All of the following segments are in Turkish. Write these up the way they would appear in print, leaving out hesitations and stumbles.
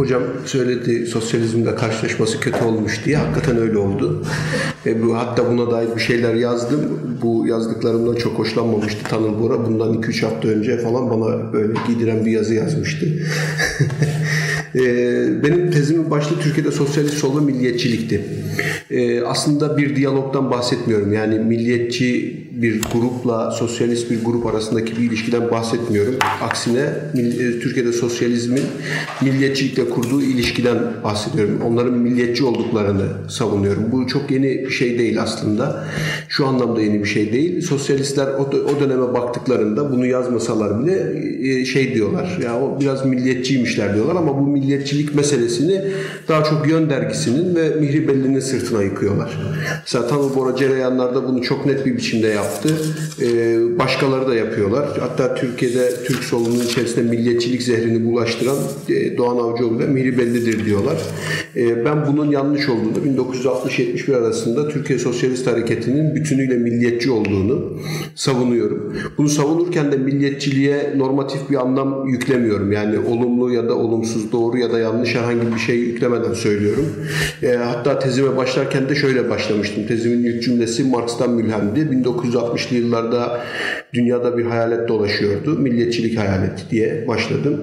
hocam söyledi, sosyalizmle karşılaşması kötü olmuş diye. Hakikaten öyle oldu. Hatta buna dair bir şeyler yazdım. Bu yazdıklarımdan çok hoşlanmamıştı Tanıl Bora. Bundan 2-3 hafta önce falan bana böyle giydiren bir yazı yazmıştı. Benim tezimin başlığı Türkiye'de sosyalist sol ve milliyetçilikti. Aslında bir diyalogdan bahsetmiyorum. Yani milliyetçi bir grupla sosyalist bir grup arasındaki bir ilişkiden bahsetmiyorum. Aksine Türkiye'de sosyalizmin milliyetçilikle kurduğu ilişkiden bahsediyorum. Onların milliyetçi olduklarını savunuyorum. Bu çok yeni bir şey değil aslında. Şu anlamda yeni bir şey değil. Sosyalistler o döneme baktıklarında bunu yazmasalar bile şey diyorlar. Ya o biraz milliyetçiymişler diyorlar ama bu milliyetçilik meselesini daha çok Yön Dergisi'nin ve Mihri Belli'nin sırtına yıkıyorlar. Mesela Tanıl Bora Cereyanlar'da bunu çok net bir biçimde yaptı. Başkaları da yapıyorlar. Hatta Türkiye'de Türk solunun içerisinde milliyetçilik zehrini bulaştıran Doğan Avcıoğlu ve Mihri Belli'dir diyorlar. Ben bunun yanlış olduğunu, 1960-71 arasında Türkiye Sosyalist Hareketi'nin bütünüyle milliyetçi olduğunu savunuyorum. Bunu savunurken de milliyetçiliğe normatif bir anlam yüklemiyorum. Yani olumlu ya da olumsuz, doğru ya da yanlış herhangi bir şey yüklemeden söylüyorum. Hatta tezime başlarken de şöyle başlamıştım. Tezimin ilk cümlesi Marx'tan mülhemdi. 1960'lı yıllarda dünyada bir hayalet dolaşıyordu. Milliyetçilik hayaleti diye başladım.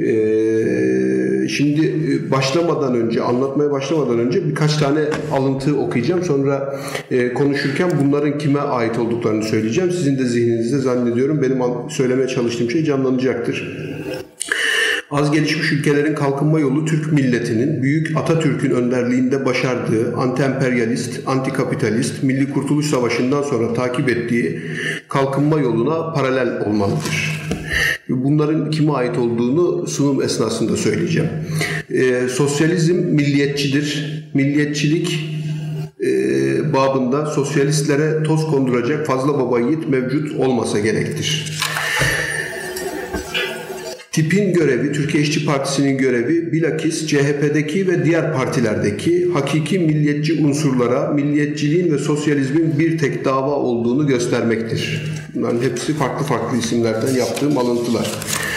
Şimdi anlatmaya başlamadan önce birkaç tane alıntı okuyacağım. Sonra konuşurken bunların kime ait olduklarını söyleyeceğim. Sizin de zihninizde zannediyorum benim söylemeye çalıştığım şey canlanacaktır. Az gelişmiş ülkelerin kalkınma yolu Türk milletinin Büyük Atatürk'ün önderliğinde başardığı anti-emperyalist, anti-kapitalist, Milli Kurtuluş Savaşı'ndan sonra takip ettiği kalkınma yoluna paralel olmalıdır. Bunların kime ait olduğunu sunum esnasında söyleyeceğim. Sosyalizm milliyetçidir. Milliyetçilik babında sosyalistlere toz konduracak fazla baba yiğit mevcut olmasa gerektir. TİP'in görevi, Türkiye İşçi Partisi'nin görevi bilakis CHP'deki ve diğer partilerdeki hakiki milliyetçi unsurlara milliyetçiliğin ve sosyalizmin bir tek dava olduğunu göstermektir. Bunların hepsi farklı isimlerden yaptığım alıntılar.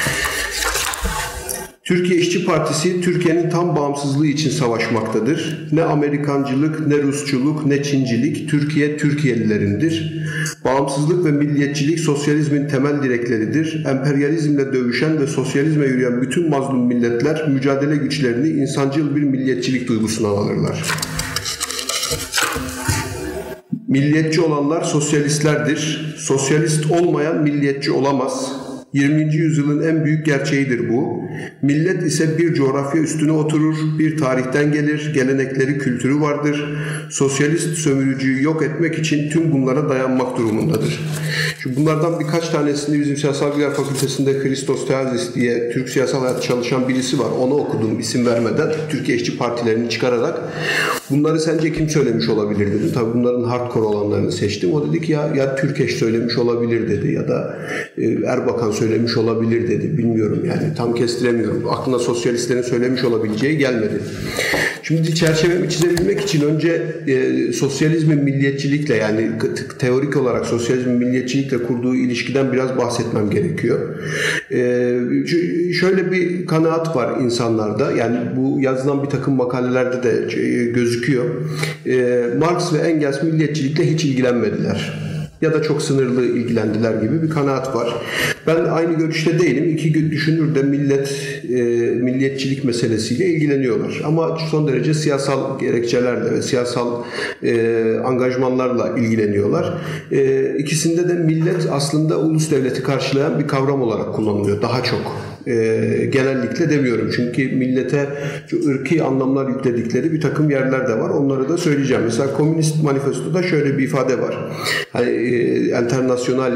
Türkiye İşçi Partisi Türkiye'nin tam bağımsızlığı için savaşmaktadır. Ne Amerikancılık, ne Rusçuluk, ne Çincilik Türkiye Türkiye'lilerindir. Bağımsızlık ve milliyetçilik sosyalizmin temel direkleridir. Emperyalizmle dövüşen ve sosyalizme yürüyen bütün mazlum milletler mücadele güçlerini insancıl bir milliyetçilik duygusuna alırlar. Milliyetçi olanlar sosyalistlerdir. Sosyalist olmayan milliyetçi olamaz. 20. yüzyılın en büyük gerçeğidir bu. Millet ise bir coğrafya üstüne oturur, bir tarihten gelir, gelenekleri, kültürü vardır. Sosyalist sömürücüyü yok etmek için tüm bunlara dayanmak durumundadır. Şimdi bunlardan birkaç tanesini bizim Siyasal Bilgiler Fakültesi'nde Christos Theazis diye Türk siyasal hayatta çalışan birisi var. Onu okudum isim vermeden, Türkiye İşçi Partilerini çıkararak. Bunları sence kim söylemiş olabilir dedim. Tabii bunların hardcore olanlarını seçtim. O dedi ki ya Türkeş söylemiş olabilir dedi ya da Erbakan söylemiş olabilir dedi. Bilmiyorum yani tam kestiremiyorum. Aklına sosyalistlerin söylemiş olabileceği gelmedi. Şimdi çerçevemi çizebilmek için önce sosyalizmin milliyetçilikle yani teorik olarak sosyalizmin milliyetçilikle kurduğu ilişkiden biraz bahsetmem gerekiyor. Şöyle bir kanaat var insanlarda. Yani bu yazılan bir takım makalelerde de gözüküyor. Marx ve Engels milliyetçilikle hiç ilgilenmediler. Ya da çok sınırlı ilgilendiler gibi bir kanaat var. Ben aynı görüşte değilim. İki düşünür de milliyetçilik meselesiyle ilgileniyorlar. Ama son derece siyasal gerekçelerle ve siyasal angajmanlarla ilgileniyorlar. İkisinde de millet aslında ulus devleti karşılayan bir kavram olarak kullanılıyor. Daha çok. Genellikle demiyorum. Çünkü millete ırkî anlamlar yükledikleri bir takım yerler de var. Onları da söyleyeceğim. Mesela Komünist Manifesto'da şöyle bir ifade var. Hani internasyonal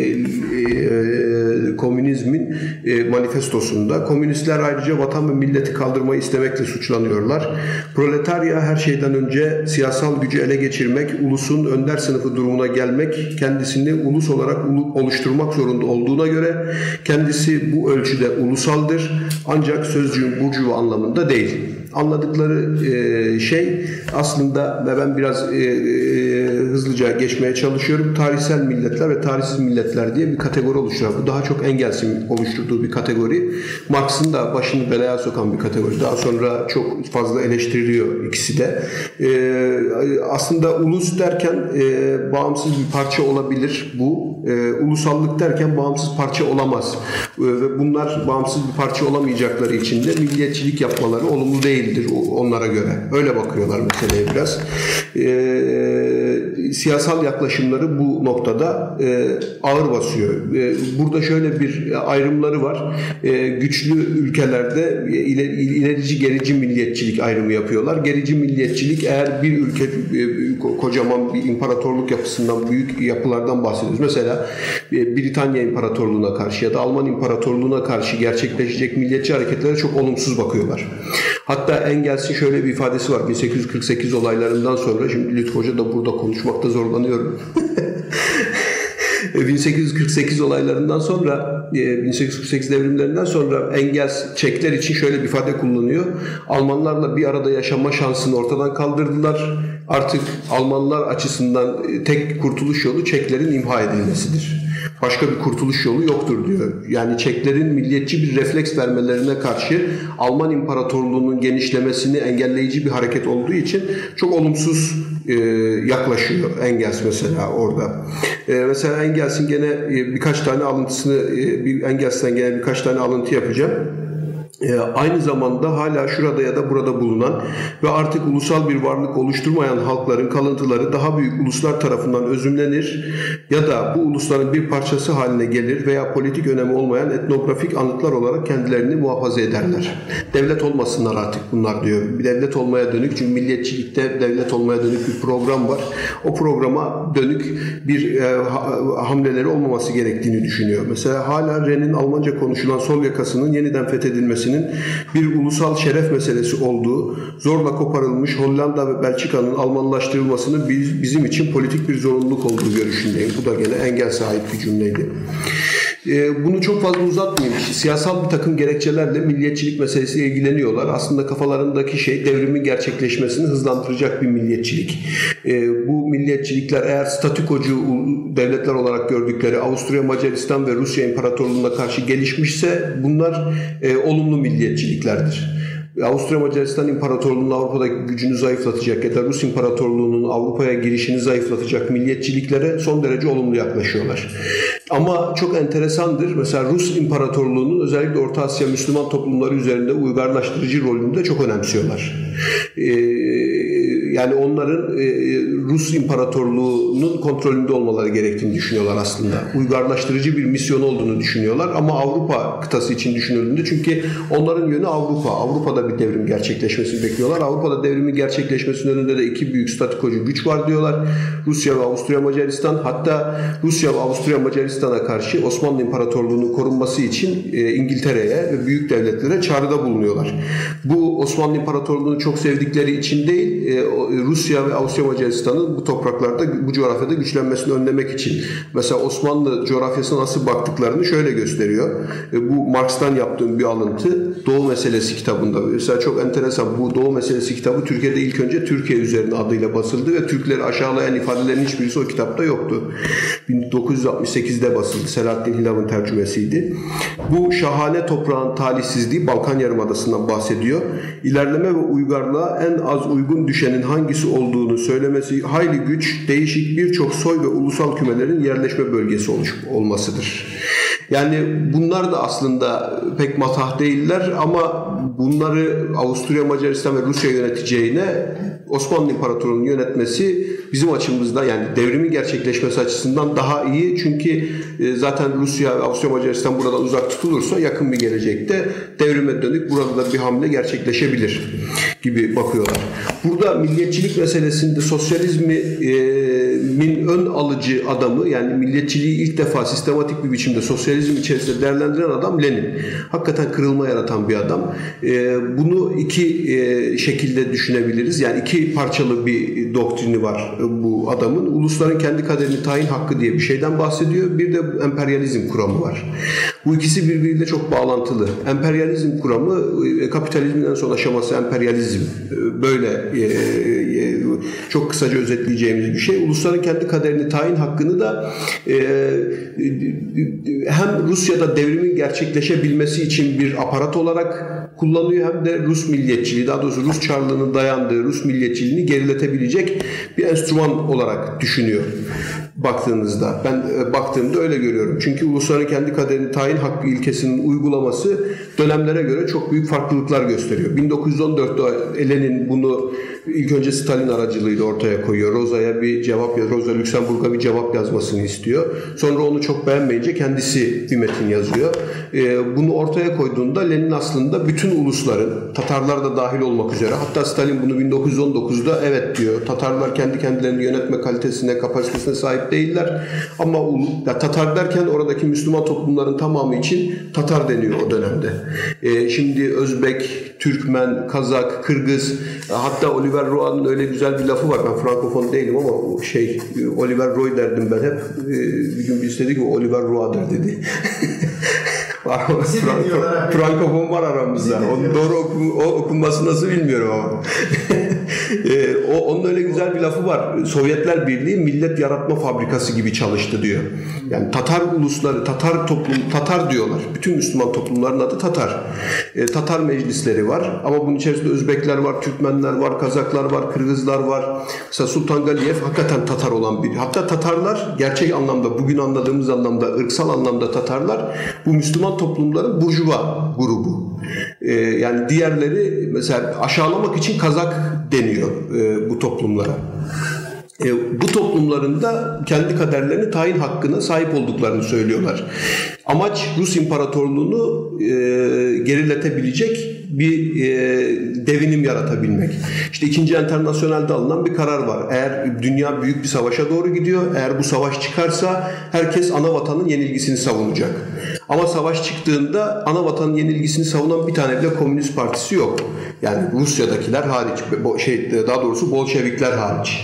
komünizmin manifestosunda komünistler ayrıca vatan ve milleti kaldırmayı istemekle suçlanıyorlar. Proletarya her şeyden önce siyasal gücü ele geçirmek, ulusun önder sınıfı durumuna gelmek, kendisini ulus olarak oluşturmak zorunda olduğuna göre kendisi bu ölçüde ulusaldır. Ancak sözcüğün burjuva anlamında değil. Anladıkları şey aslında, ve ben biraz hızlıca geçmeye çalışıyorum, tarihsel milletler ve tarihsiz milletler diye bir kategori oluşturuyor. Bu daha çok Engels'in oluşturduğu bir kategori. Marx'ın da başını belaya sokan bir kategori. Daha sonra çok fazla eleştiriliyor ikisi de. Aslında ulus derken bağımsız bir parça olabilir bu. Ulusallık derken bağımsız parça olamaz. Ve bunlar bağımsız bir parça olamayacakları için de milliyetçilik yapmaları olumlu değildir onlara göre. Öyle bakıyorlar meseleye biraz. Siyasal yaklaşımları bu noktada ağır basıyor. Burada şöyle bir ayrımları var. Güçlü ülkelerde ilerici gerici milliyetçilik ayrımı yapıyorlar. Gerici milliyetçilik, eğer bir ülke kocaman bir imparatorluk yapısından, büyük yapılardan bahsediyoruz. Mesela Britanya İmparatorluğu'na karşı ya da Alman İmparatorluğu'na karşı gerçekleşecek milliyetçi hareketlere çok olumsuz bakıyorlar. Hatta Engels'in şöyle bir ifadesi var. 1848 olaylarından sonra, şimdi Lütfü Hoca da burada konuşmakta zorlanıyorum. 1848 olaylarından sonra, 1848 devrimlerinden sonra Engels Çekler için şöyle bir ifade kullanıyor. Almanlarla bir arada yaşama şansını ortadan kaldırdılar. Artık Almanlar açısından tek kurtuluş yolu Çeklerin imha edilmesidir. Başka bir kurtuluş yolu yoktur diyor. Yani Çeklerin milliyetçi bir refleks vermelerine karşı Alman İmparatorluğu'nun genişlemesini engelleyici bir hareket olduğu için çok olumsuz yaklaşıyor Engels mesela orada. Mesela Engels'in gene birkaç tane alıntısını, Engels'ten gene birkaç tane alıntı yapacağım. Aynı zamanda hala şurada ya da burada bulunan ve artık ulusal bir varlık oluşturmayan halkların kalıntıları daha büyük uluslar tarafından özümlenir ya da bu ulusların bir parçası haline gelir veya politik önemi olmayan etnografik anıtlar olarak kendilerini muhafaza ederler. Devlet olmasınlar artık bunlar diyor. Bir devlet olmaya dönük, çünkü milliyetçilikte devlet olmaya dönük bir program var. O programa dönük bir hamleleri olmaması gerektiğini düşünüyor. Mesela hala Ren'in Almanca konuşulan sol yakasının yeniden fethedilmesinin bir ulusal şeref meselesi olduğu, zorla koparılmış Hollanda ve Belçika'nın Almanlaştırılmasının bizim için politik bir zorunluluk olduğu görüşündeyim. Bu da gene Engels'e ait bir cümleydi. Bunu çok fazla uzatmayayım. Siyasal bir takım gerekçelerle milliyetçilik meselesiyle ilgileniyorlar. Aslında kafalarındaki şey devrimin gerçekleşmesini hızlandıracak bir milliyetçilik. Bu milliyetçilikler eğer statükocu devletler olarak gördükleri Avusturya, Macaristan ve Rusya İmparatorluğu'na karşı gelişmişse bunlar olumlu milliyetçiliklerdir. Avusturya Macaristan İmparatorluğu'nun Avrupa'daki gücünü zayıflatacak ya da Rus İmparatorluğu'nun Avrupa'ya girişini zayıflatacak milliyetçiliklere son derece olumlu yaklaşıyorlar. Ama çok enteresandır. Mesela Rus İmparatorluğu'nun özellikle Orta Asya Müslüman toplumları üzerinde uygarlaştırıcı rolünü de çok önemsiyorlar. Yani onların Rus İmparatorluğu'nun kontrolünde olmaları gerektiğini düşünüyorlar aslında. Uygarlaştırıcı bir misyon olduğunu düşünüyorlar ama Avrupa kıtası için düşünüldüğünde, çünkü onların yönü Avrupa. Avrupa'da bir devrim gerçekleşmesini bekliyorlar. Avrupa'da devrimin gerçekleşmesinin önünde de iki büyük statikocu güç var diyorlar. Rusya ve Avusturya Macaristan. Hatta Rusya ve Avusturya Macaristan'a karşı Osmanlı İmparatorluğu'nun korunması için İngiltere'ye ve büyük devletlere çağrıda bulunuyorlar. Bu Osmanlı İmparatorluğu'nu çok sevdikleri için değil, Rusya ve Avusturya Macaristan'ın bu topraklarda, bu coğrafyada güçlenmesini önlemek için. Mesela Osmanlı coğrafyasına nasıl baktıklarını şöyle gösteriyor. Bu Marx'tan yaptığım bir alıntı. Doğu Meselesi kitabında. Mesela çok enteresan. Bu Doğu Meselesi kitabı Türkiye'de ilk önce Türkiye üzerine adıyla basıldı ve Türkleri aşağılayan ifadelerin hiçbirisi o kitapta yoktu. 1968'de basıldı. Selahattin Hilav'ın tercümesiydi. Bu şahane toprağın talihsizliği, Balkan Yarımadası'ndan bahsediyor. İlerleme ve uygarlığa en az uygun düşenin hangisi olduğunu söylemesi hayli güç, değişik birçok soy ve ulusal kümelerin yerleşme bölgesi olmasıdır. Yani bunlar da aslında pek matah değiller ama bunları Avusturya, Macaristan ve Rusya yöneteceğine Osmanlı İmparatorluğu'nun yönetmesi bizim açımızda, yani devrimin gerçekleşmesi açısından daha iyi. Çünkü zaten Rusya ve Avusturya, Macaristan buradan uzak tutulursa yakın bir gelecekte devrime dönük burada da bir hamle gerçekleşebilir. gibi bakıyorlar. Burada milliyetçilik meselesinde sosyalizmin ön alıcı adamı, yani milliyetçiliği ilk defa sistematik bir biçimde sosyalizm içerisinde değerlendiren adam Lenin. Hakikaten kırılma yaratan bir adam. Bunu iki şekilde düşünebiliriz. Yani iki parçalı bir doktrini var bu adamın. Ulusların kendi kaderini tayin hakkı diye bir şeyden bahsediyor. Bir de emperyalizm kuramı var. Bu ikisi birbiriyle çok bağlantılı. Emperyalizm kuramı, kapitalizmin en son aşaması emperyalizm. Böyle çok kısaca özetleyeceğimiz bir şey. Ulusların kendi kaderini tayin hakkını da hem Rusya'da devrimin gerçekleşebilmesi için bir aparat olarak kullanıyor, hem de Rus milliyetçiliği, daha doğrusu Rus Çarlığı'nın dayandığı Rus milliyetçiliğini geriletebilecek bir enstrüman olarak düşünüyor. Baktığınızda, ben baktığımda öyle görüyorum. Çünkü ulusların kendi kaderini tayin hakkı ilkesinin uygulaması dönemlere göre çok büyük farklılıklar gösteriyor. 1914'te Lenin bunu ilk önce Stalin aracılığıyla ortaya koyuyor. Roza'ya bir cevap yazıyor. Rosa Luxemburg'a bir cevap yazmasını istiyor. Sonra onu çok beğenmeyince kendisi bir metin yazıyor. Bunu ortaya koyduğunda Lenin aslında bütün ulusların, Tatarlar da dahil olmak üzere, hatta Stalin bunu 1919'da evet diyor, Tatarlar kendi kendilerini yönetme kalitesine, kapasitesine sahip değiller. Ama Tatar derken oradaki Müslüman toplumların tamamı için Tatar deniyor o dönemde. Şimdi Özbek, Türkmen, Kazak, Kırgız, hatta Oliver Roy'un öyle güzel bir lafı var. Ben Frankofon değilim ama Oliver Roy derdim ben hep. Bir gün birisi dedi ki Oliver Roy'dur dedi. Frankofon var aramızda. Onun doğru okunması nasıl bilmiyorum ama. Onun öyle güzel bir lafı var. Sovyetler Birliği millet yaratma fabrikası gibi çalıştı diyor. Yani Tatar ulusları, Tatar diyorlar. Bütün Müslüman toplumların adı Tatar. Tatar meclisleri var. Ama bunun içerisinde Özbekler var, Türkmenler var, Kazaklar var, Kırgızlar var. Mesela Sultan Galiyev hakikaten Tatar olan biri. Hatta Tatarlar gerçek anlamda, bugün anladığımız anlamda, ırksal anlamda Tatarlar bu Müslüman toplumların burjuva grubu. Yani diğerleri mesela aşağılamak için Kazak deniyor bu toplumlara. Bu toplumların da kendi kaderlerini tayin hakkına sahip olduklarını söylüyorlar. Amaç Rus İmparatorluğunu geriletebilecek bir devinim yaratabilmek. İşte 2. Enternasyonel'de alınan bir karar var. Eğer dünya büyük bir savaşa doğru gidiyor, eğer bu savaş çıkarsa herkes ana vatanın yenilgisini savunacak. Ama savaş çıktığında ana vatanın yenilgisini savunan bir tane bile Komünist Partisi yok. Yani Rusya'dakiler hariç, daha doğrusu Bolşevikler hariç.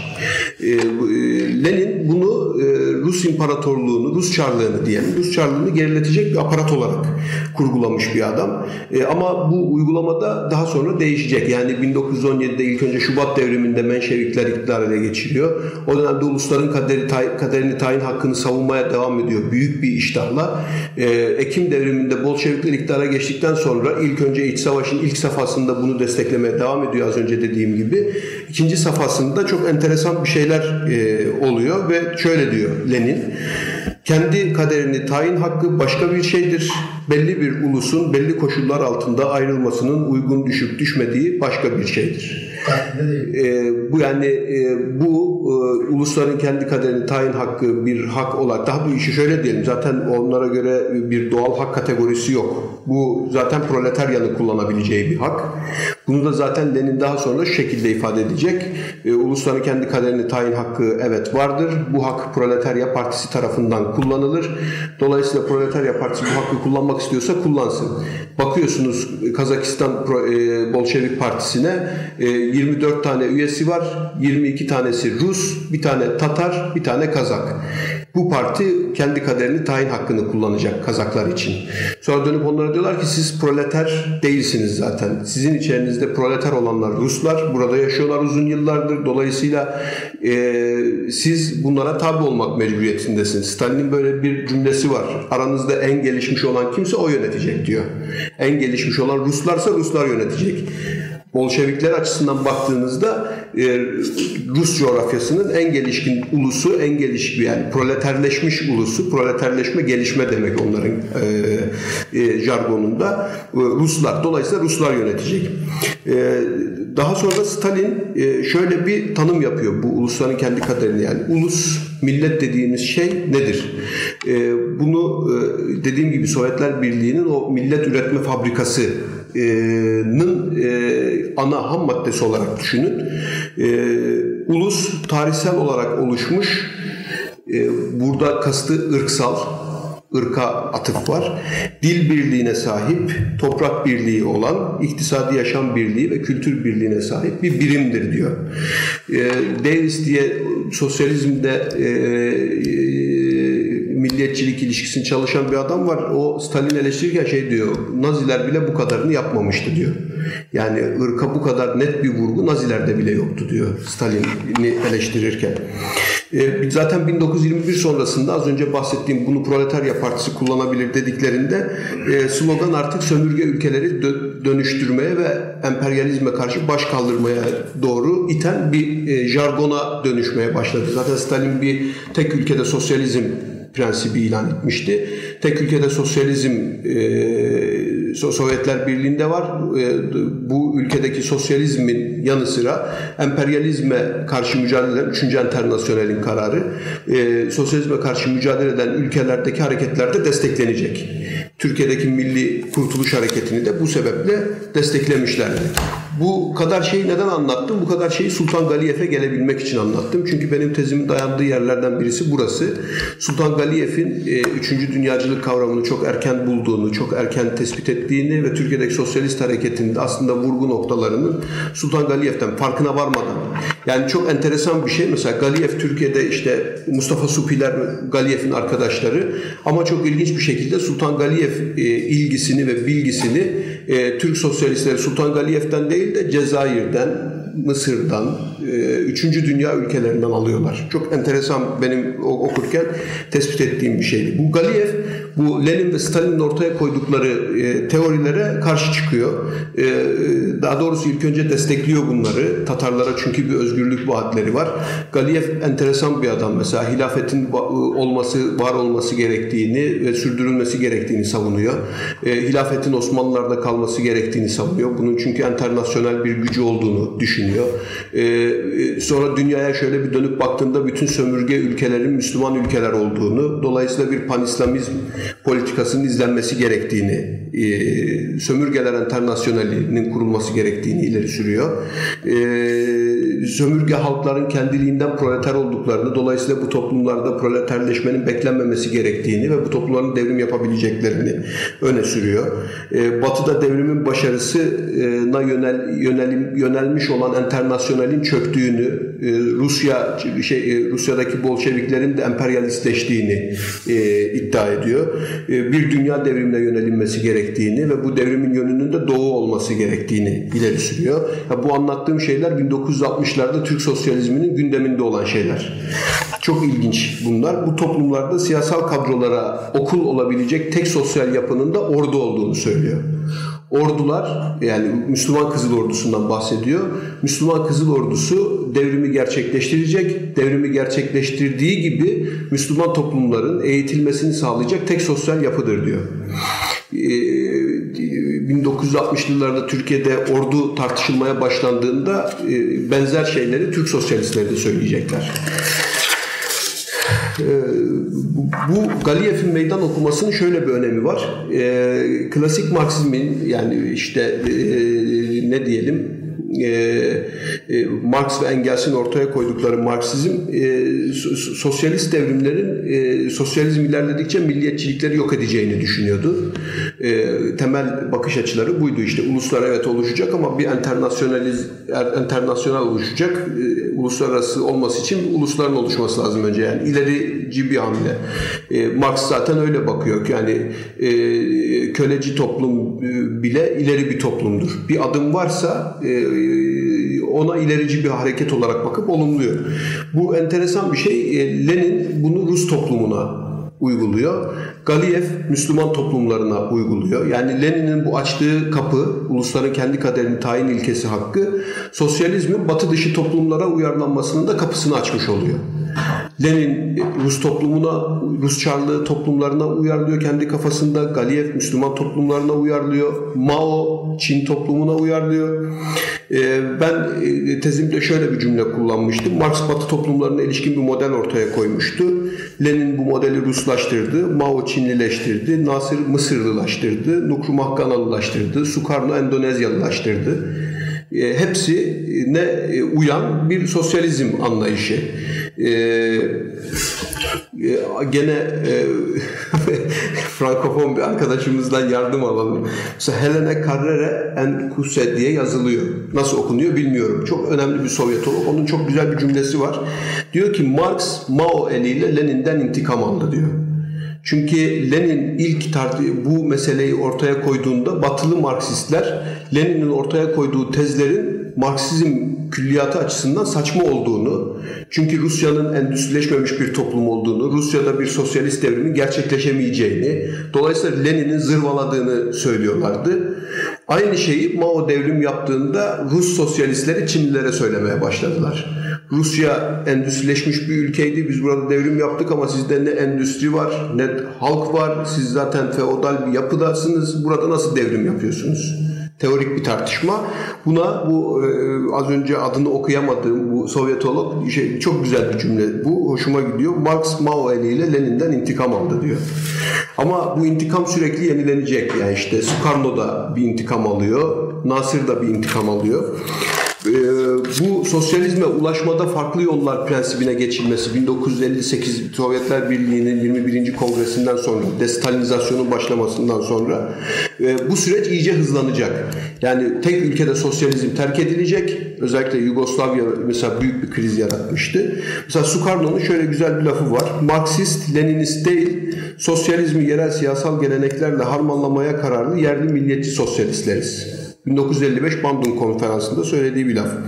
Lenin bunu Rus İmparatorluğunu, Rus Çarlığı'nı diyelim, Rus Çarlığı'nı geriletecek bir aparat olarak kurgulamış bir adam. Ama bu uygulamada daha sonra değişecek. Yani 1917'de ilk önce Şubat devriminde Menşevikler iktidar ele geçiriyor. O dönemde ulusların kaderini tayin hakkını savunmaya devam ediyor büyük bir iştahla. Ekim devriminde Bolşevikler iktidara geçtikten sonra ilk önce iç savaşın ilk safhasında bunu desteklemeye devam ediyor, az önce dediğim gibi. İkinci safhasında çok enteresan bir şeyler oluyor ve şöyle diyor Lenin: kendi kaderini tayin hakkı başka bir şeydir. Belli bir ulusun belli koşullar altında ayrılmasının uygun düşüp düşmediği başka bir şeydir. Bu ulusların kendi kaderini tayin hakkı bir hak olarak, daha bu işi şöyle diyelim, zaten onlara göre bir doğal hak kategorisi yok. Bu zaten proletaryanın kullanabileceği bir hak. Bunu da zaten Lenin daha sonra şu şekilde ifade edecek. Ulusların kendi kaderini tayin hakkı evet vardır. Bu hak Proletarya Partisi tarafından kullanılır. Dolayısıyla Proletarya Partisi bu hakkı kullanmak istiyorsa kullansın. Bakıyorsunuz Kazakistan Bolşevik Partisi'ne 24 tane üyesi var. 22 tanesi Rus, bir tane Tatar, bir tane Kazak. Bu parti kendi kaderini tayin hakkını kullanacak Kazaklar için. Sonra dönüp onlara diyorlar ki siz proleter değilsiniz zaten. Sizin içerinizde proleter olanlar Ruslar. Burada yaşıyorlar uzun yıllardır. Dolayısıyla siz bunlara tabi olmak mecburiyetindesiniz. Stalin'in böyle bir cümlesi var. Aranızda en gelişmiş olan kimse o yönetecek diyor. En gelişmiş olan Ruslarsa Ruslar yönetecek. Bolşevikler açısından baktığınızda Rus coğrafyasının en gelişkin ulusu, en gelişkin yani proleterleşmiş ulusu, proleterleşme gelişme demek onların jargonunda Ruslar. Dolayısıyla Ruslar yönetecek. Daha sonra Stalin şöyle bir tanım yapıyor bu ulusların kendi kaderini, yani ulus millet dediğimiz şey nedir? Bunu dediğim gibi Sovyetler Birliği'nin o millet üretme fabrikasının ana ham maddesi olarak düşünün. Ulus tarihsel olarak oluşmuş. Burada kastı ırka atıf var. Dil birliğine sahip, toprak birliği olan, iktisadi yaşam birliği ve kültür birliğine sahip bir birimdir diyor. Davis diye sosyalizmde milliyetçilik ilişkisini çalışan bir adam var. O Stalin eleştirirken şey diyor, Naziler bile bu kadarını yapmamıştı diyor. Yani ırka bu kadar net bir vurgu Nazilerde bile yoktu diyor Stalin'i eleştirirken. Zaten 1921 sonrasında az önce bahsettiğim bunu Proletarya Partisi kullanabilir dediklerinde slogan artık sömürge ülkeleri dönüştürmeye ve emperyalizme karşı baş kaldırmaya doğru iten bir jargona dönüşmeye başladı. Zaten Stalin bir tek ülkede sosyalizm prensibi ilan etmişti. Tek ülkede sosyalizm Sovyetler Birliği'nde var. Bu ülkedeki sosyalizmin yanı sıra emperyalizme karşı mücadele eden 3. Enternasyonel'in kararı sosyalizme karşı mücadele eden ülkelerdeki hareketlerde desteklenecek. Türkiye'deki Milli Kurtuluş Hareketi'ni de bu sebeple desteklemişlerdi. Bu kadar şeyi neden anlattım? Bu kadar şeyi Sultan Galiyev'e gelebilmek için anlattım. Çünkü benim tezimin dayandığı yerlerden birisi burası. Sultan Galiyev'in 3. dünyacılık kavramını çok erken bulduğunu, çok erken tespit ettiğini ve Türkiye'deki sosyalist hareketinin de aslında vurgu noktalarının Sultan Galiyev'den farkına varmadan. Yani çok enteresan bir şey. Mesela Galiyev Türkiye'de işte Mustafa Supiler Galiyev'in arkadaşları ama çok ilginç bir şekilde Sultan Galiyev ilgisini ve bilgisini Türk sosyalistleri Sultan Galiyev'den değil de Cezayir'den, Mısır'dan, 3. dünya ülkelerinden alıyorlar. Çok enteresan benim okurken tespit ettiğim bir şeydi. Bu Galiyev, bu Lenin ve Stalin'in ortaya koydukları teorilere karşı çıkıyor. Daha doğrusu ilk önce destekliyor bunları. Tatarlara çünkü bir özgürlük vaatleri var. Galiyev enteresan bir adam. Mesela hilafetin var olması gerektiğini ve sürdürülmesi gerektiğini savunuyor. Hilafetin Osmanlılar'da kalması gerektiğini savunuyor. Bunun çünkü internasyonel bir gücü olduğunu düşünüyor. Sonra dünyaya şöyle bir dönüp baktığında bütün sömürge ülkelerin Müslüman ülkeler olduğunu, dolayısıyla bir panislamizm politikasının izlenmesi gerektiğini, sömürgeler internasyonelinin kurulması gerektiğini ileri sürüyor. Sömürge halkların kendiliğinden proleter olduklarını, dolayısıyla bu toplumlarda proleterleşmenin beklenmemesi gerektiğini ve bu toplumların devrim yapabileceklerini öne sürüyor. Batı'da devrimin başarısına yönelmiş olan internasyonelin çöktüğünü, Rusya'daki Bolşeviklerin de emperyalistleştiğini iddia ediyor. Bir dünya devrimine yönelinmesi gerektiğini ve bu devrimin yönünün de doğu olması gerektiğini ileri sürüyor. Bu anlattığım şeyler 1960'larda Türk sosyalizminin gündeminde olan şeyler. Çok ilginç bunlar. Bu toplumlarda siyasal kadrolara okul olabilecek tek sosyal yapının da ordu olduğunu söylüyor. Ordular, yani Müslüman Kızıl Ordusu'ndan bahsediyor. Müslüman Kızıl Ordusu devrimi gerçekleştirecek. Devrimi gerçekleştirdiği gibi Müslüman toplumların eğitilmesini sağlayacak tek sosyal yapıdır diyor. 1960'lı yıllarda Türkiye'de ordu tartışılmaya başlandığında benzer şeyleri Türk sosyalistleri de söyleyecekler. Bu Galiyev'in meydan okumasının şöyle bir önemi var. Klasik Marksizmin, yani işte ne diyelim, Marx ve Engels'in ortaya koydukları Marksizm sosyalist devrimlerin sosyalizm ilerledikçe milliyetçilikleri yok edeceğini düşünüyordu. Temel bakış açıları buydu. İşte uluslar evet oluşacak ama bir internasyonel oluşacak. Uluslararası olması için ulusların oluşması lazım önce. Yani ilerici bir hamle. Marx zaten öyle bakıyor ki yani köleci toplum bile ileri bir toplumdur. Bir adım varsa ona ilerici bir hareket olarak bakıp olumluyor. Bu enteresan bir şey. Lenin bunu Rus toplumuna uyguluyor. Galiyev Müslüman toplumlarına uyguluyor. Yani Lenin'in bu açtığı kapı, ulusların kendi kaderini tayin ilkesi hakkı, sosyalizmin batı dışı toplumlara uyarlanmasının da kapısını açmış oluyor. Lenin Rus toplumuna, Rus Çarlığı toplumlarına uyarlıyor kendi kafasında. Galiyev Müslüman toplumlarına uyarlıyor. Mao Çin toplumuna uyarlıyor. Ben tezimde şöyle bir cümle kullanmıştım. Marx Batı toplumlarına ilişkin bir model ortaya koymuştu. Lenin bu modeli Ruslaştırdı. Mao Çinlileştirdi. Nasır Mısırlılaştırdı. Nkrumah Ganalılaştırdı. Sukarno Endonezyalılaştırdı. Hepsine uyan bir sosyalizm anlayışı. Gene Frankofon bir arkadaşımızdan yardım alalım. Mesela Helene Carrere en Kuse diye yazılıyor. Nasıl okunuyor bilmiyorum. Çok önemli bir Sovyetolog. Onun çok güzel bir cümlesi var. Diyor ki Marx Mao eliyle Lenin'den intikam aldı diyor. Çünkü Lenin ilk bu meseleyi ortaya koyduğunda batılı Marksistler Lenin'in ortaya koyduğu tezlerin Marksizm külliyatı açısından saçma olduğunu, çünkü Rusya'nın endüstrileşmemiş bir toplum olduğunu, Rusya'da bir sosyalist devrimin gerçekleşemeyeceğini, dolayısıyla Lenin'in zırvaladığını söylüyorlardı. Aynı şeyi Mao devrim yaptığında Rus sosyalistleri Çinlilere söylemeye başladılar. Rusya endüstrileşmiş bir ülkeydi. Biz burada devrim yaptık ama sizde ne endüstri var, ne halk var. Siz zaten feodal bir yapıdasınız. Burada nasıl devrim yapıyorsunuz? Teorik bir tartışma. Buna bu az önce adını okuyamadığım bu Sovyetolog çok güzel bir cümle. Bu hoşuma gidiyor. Marx Mao eliyle Lenin'den intikam aldı diyor. Ama bu intikam sürekli yenilenecek. Yani işte Sukarno da bir intikam alıyor. Nasır da bir intikam alıyor. Bu sosyalizme ulaşmada farklı yollar prensibine geçilmesi 1958 Sovyetler Birliği'nin 21. Kongresi'nden sonra, destalinizasyonun başlamasından sonra bu süreç iyice hızlanacak. Yani tek ülkede sosyalizm terk edilecek. Özellikle Yugoslavya mesela büyük bir kriz yaratmıştı. Mesela Sukarno'nun şöyle güzel bir lafı var. Marksist, Leninist değil, sosyalizmi yerel siyasal geleneklerle harmanlamaya kararlı yerli milliyetçi sosyalistleriz. 1955 Bandung Konferansı'nda söylediği bir laf.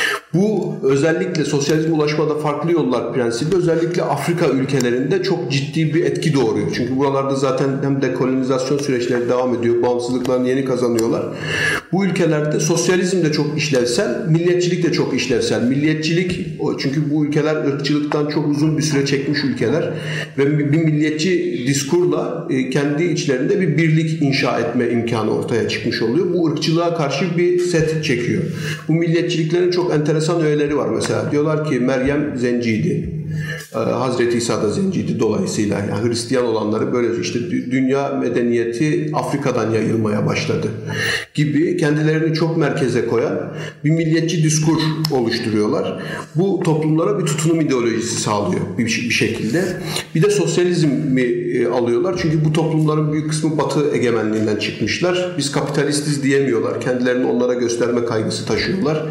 Bu özellikle sosyalizme ulaşmada farklı yollar prensibi özellikle Afrika ülkelerinde çok ciddi bir etki doğuruyor. Çünkü buralarda zaten hem dekolonizasyon süreçleri devam ediyor, bağımsızlıklarını yeni kazanıyorlar. Bu ülkelerde sosyalizm de çok işlevsel, milliyetçilik de çok işlevsel. Milliyetçilik, çünkü bu ülkeler ırkçılıktan çok uzun bir süre çekmiş ülkeler ve bir milliyetçi diskurla kendi içlerinde bir birlik inşa etme imkanı ortaya çıkmış oluyor. Bu ırkçılığa karşı bir set çekiyor. Bu milliyetçiliklerin çok enteresan öğeleri var mesela. Diyorlar ki Meryem zenciydi. Hazreti İsa da zenciydi dolayısıyla. Yani Hristiyan olanları böyle işte dünya medeniyeti Afrika'dan yayılmaya başladı gibi kendilerini çok merkeze koyan bir milliyetçi diskur oluşturuyorlar. Bu toplumlara bir tutunum ideolojisi sağlıyor bir şekilde. Bir de sosyalizmi alıyorlar. Çünkü bu toplumların büyük kısmı Batı egemenliğinden çıkmışlar. Biz kapitalistiz diyemiyorlar. Kendilerini onlara gösterme kaygısı taşıyorlar.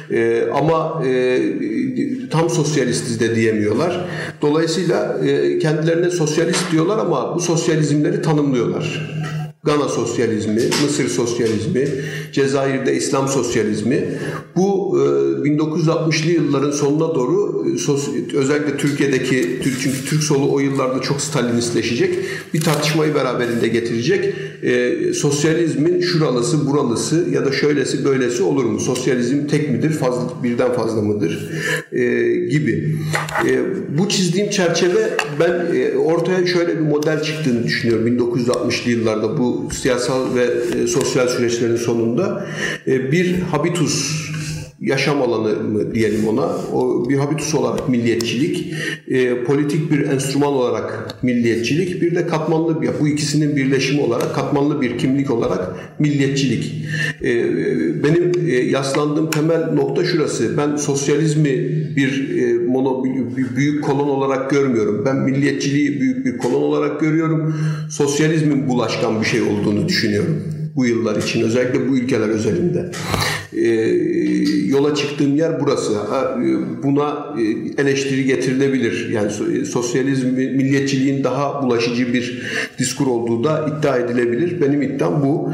Ama tam sosyalistiz de diyemiyorlar. Dolayısıyla kendilerine sosyalist diyorlar ama bu sosyalizmleri tanımlıyorlar. Gana sosyalizmi, Mısır sosyalizmi, Cezayir'de İslam sosyalizmi. Bu 1960'lı yılların sonuna doğru özellikle Türkiye'deki, çünkü Türk solu o yıllarda çok Stalinistleşecek, bir tartışmayı beraberinde getirecek. Sosyalizmin şuralısı, buralısı ya da şöylesi, böylesi olur mu? Sosyalizm tek midir, birden fazla mıdır? Gibi. Bu çizdiğim çerçeve ben ortaya şöyle bir model çıktığını düşünüyorum 1960'lı yıllarda bu siyasal ve sosyal süreçlerin sonunda bir habitus, yaşam alanı mı diyelim ona, o bir habitus olarak milliyetçilik, politik bir enstrüman olarak milliyetçilik, bir de katmanlı bir, bu ikisinin birleşimi olarak katmanlı bir kimlik olarak milliyetçilik. Benim yaslandığım temel nokta şurası. Ben sosyalizmi bir büyük kolon olarak görmüyorum. Ben milliyetçiliği büyük bir kolon olarak görüyorum. Sosyalizmin bulaşkan bir şey olduğunu düşünüyorum bu yıllar için, özellikle bu ülkeler özelinde. Yola çıktığım yer burası. Buna eleştiri getirilebilir. Yani sosyalizm, milliyetçiliğin daha bulaşıcı bir diskur olduğu da iddia edilebilir. Benim iddiam bu.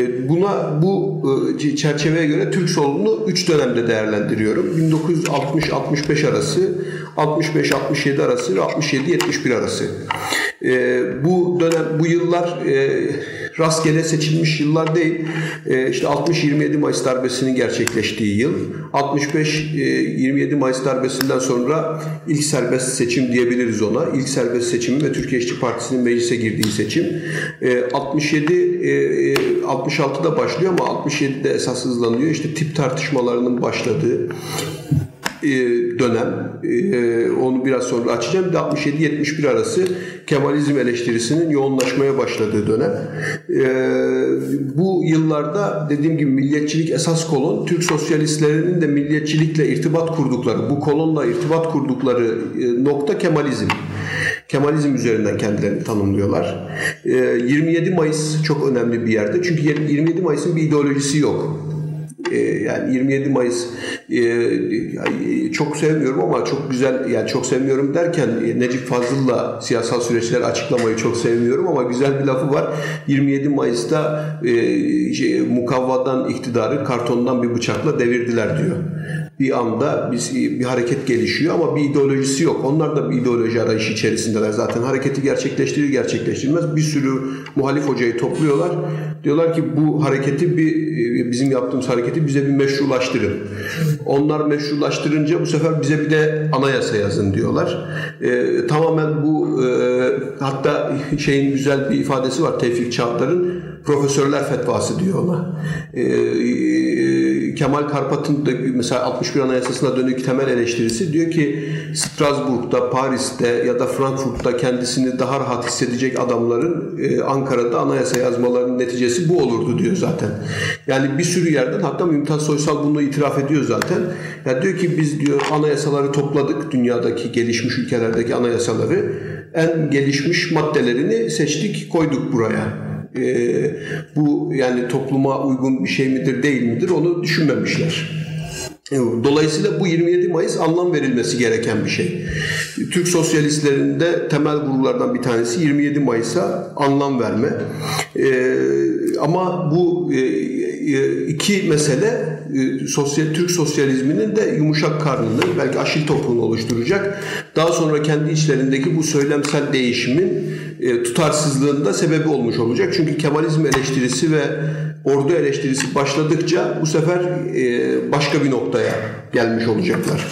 Bu çerçeveye göre Türk solunu 3 dönemde değerlendiriyorum. 1960-65 arası, 65-67 arası ve 67-71 arası. Bu dönem, bu yıllar rastgele seçilmiş yıllar değil. İşte 60-27 Mayıs darbesinin gerçekleştiği yıl. 65-27 Mayıs darbesinden sonra ilk serbest seçim diyebiliriz ona. İlk serbest seçim ve Türkiye İşçi Partisi'nin meclise girdiği seçim. 66'da başlıyor ama 67'de esas hızlanıyor. İşte tip tartışmalarının başladığı dönem. Onu biraz sonra açacağım. Bir de 67-71 arası Kemalizm eleştirisinin yoğunlaşmaya başladığı dönem. Bu yıllarda dediğim gibi milliyetçilik esas kolon, Türk sosyalistlerinin de milliyetçilikle irtibat kurdukları, bu kolonla irtibat kurdukları nokta Kemalizm. Kemalizm üzerinden kendilerini tanımlıyorlar. 27 Mayıs çok önemli bir yerde. Çünkü 27 Mayıs'ın bir ideolojisi yok. Yani 27 Mayıs çok sevmiyorum ama çok güzel, yani çok sevmiyorum derken Necip Fazıl'la siyasal süreçleri açıklamayı çok sevmiyorum ama güzel bir lafı var. 27 Mayıs'ta mukavvadan iktidarı kartondan bir bıçakla devirdiler diyor. Bir anda bir hareket gelişiyor ama bir ideolojisi yok. Onlar da bir ideoloji arayışı içerisindeler zaten. Hareketi gerçekleştirir gerçekleştirmez bir sürü muhalif hocayı topluyorlar. Diyorlar ki bu hareketi bizim yaptığımız hareketi bize bir meşrulaştırın. Onlar meşrulaştırınca bu sefer bize bir de anayasa yazın diyorlar. Tamamen bu hatta şeyin güzel bir ifadesi var Tevfik Çağlar'ın, profesörler fetvası diyor ona. Kemal Karpat'ın da mesela 61 Anayasası'na dönük temel eleştirisi diyor ki Strasbourg'da, Paris'te ya da Frankfurt'ta kendisini daha rahat hissedecek adamların Ankara'da anayasa yazmalarının neticesi bu olurdu diyor zaten. Yani bir sürü yerden, hatta Mümtaz Soysal bunu itiraf ediyor zaten. Yani diyor ki biz diyor anayasaları topladık, dünyadaki gelişmiş ülkelerdeki anayasaları, en gelişmiş maddelerini seçtik, koyduk buraya. Bu yani topluma uygun bir şey midir değil midir onu düşünmemişler. Dolayısıyla bu 27 Mayıs anlam verilmesi gereken bir şey. Türk sosyalistlerinde temel gururlardan bir tanesi 27 Mayıs'a anlam verme. Ama bu iki mesele Türk sosyalizminin de yumuşak karnını, belki aşil topuğunu oluşturacak. Daha sonra kendi içlerindeki bu söylemsel değişimin tutarsızlığında sebebi olmuş olacak. Çünkü Kemalizm eleştirisi ve ordu eleştirisi başladıkça bu sefer başka bir noktaya gelmiş olacaklar.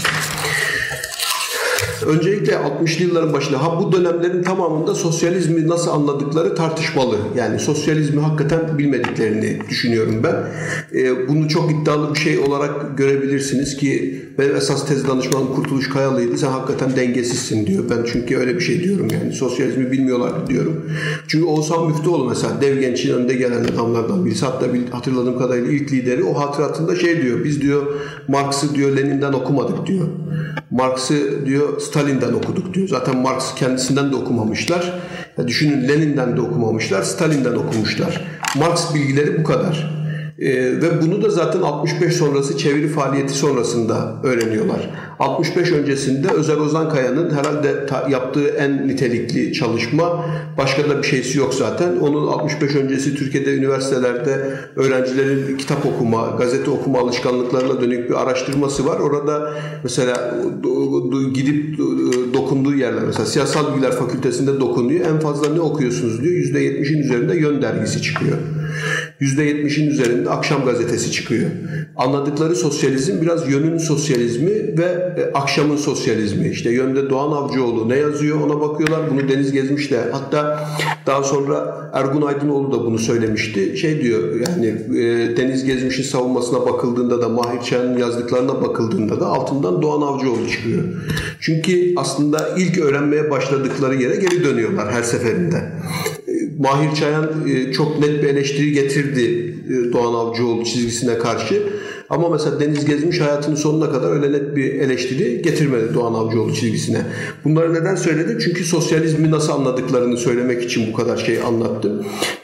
Öncelikle 60'lı yılların başında bu dönemlerin tamamında sosyalizmi nasıl anladıkları tartışmalı. Yani sosyalizmi hakikaten bilmediklerini düşünüyorum ben. Bunu çok iddialı bir şey olarak görebilirsiniz ki benim esas tez danışmanım Kurtuluş Kayalı'ydı. Sen hakikaten dengesizsin diyor. Ben çünkü öyle bir şey diyorum yani. Sosyalizmi bilmiyorlar diyorum. Çünkü Oğuzhan Müftüoğlu mesela Dev Genç'in önde gelen adamlardan birisi. Hatta hatırladığım kadarıyla ilk lideri, o hatıratında şey diyor. Biz diyor Marx'ı diyor Lenin'den okumadık diyor. Marx'ı diyor Stalin'den okuduk diyor. Zaten Marx'ı kendisinden de okumamışlar. Ya düşünün, Lenin'den de okumamışlar, Stalin'den okumuşlar. Marx bilgileri bu kadar. Ve bunu da zaten 65 sonrası çeviri faaliyeti sonrasında öğreniyorlar. 65 öncesinde Özer Ozankaya'nın herhalde yaptığı en nitelikli çalışma, başka da bir şeysi yok zaten. Onun 65 öncesi Türkiye'de üniversitelerde öğrencilerin kitap okuma, gazete okuma alışkanlıklarına dönük bir araştırması var. Orada mesela gidip dokunduğu yerler, mesela Siyasal Bilgiler Fakültesi'nde dokunuyor. En fazla ne okuyorsunuz diyor. %70'in üzerinde Yön dergisi çıkıyor. %70'in üzerinde Akşam gazetesi çıkıyor. Anladıkları sosyalizm biraz Yön'ün sosyalizmi ve Akşam'ın sosyalizmi. İşte Yön'de Doğan Avcıoğlu ne yazıyor ona bakıyorlar. Bunu Deniz Gezmiş de, hatta daha sonra Ergun Aydınoğlu da bunu söylemişti. Şey diyor yani Deniz Gezmiş'in savunmasına bakıldığında da, Mahir Çayan'ın yazdıklarına bakıldığında da altından Doğan Avcıoğlu çıkıyor. Çünkü aslında ilk öğrenmeye başladıkları yere geri dönüyorlar her seferinde. Mahir Çayan çok net bir eleştiri getirdi Doğan Avcıoğlu çizgisine karşı. Ama mesela Deniz Gezmiş hayatının sonuna kadar öyle net bir eleştiri getirmedi Doğan Avcıoğlu çizgisine. Bunları neden söyledim? Çünkü sosyalizmi nasıl anladıklarını söylemek için bu kadar şey anlattım. Bir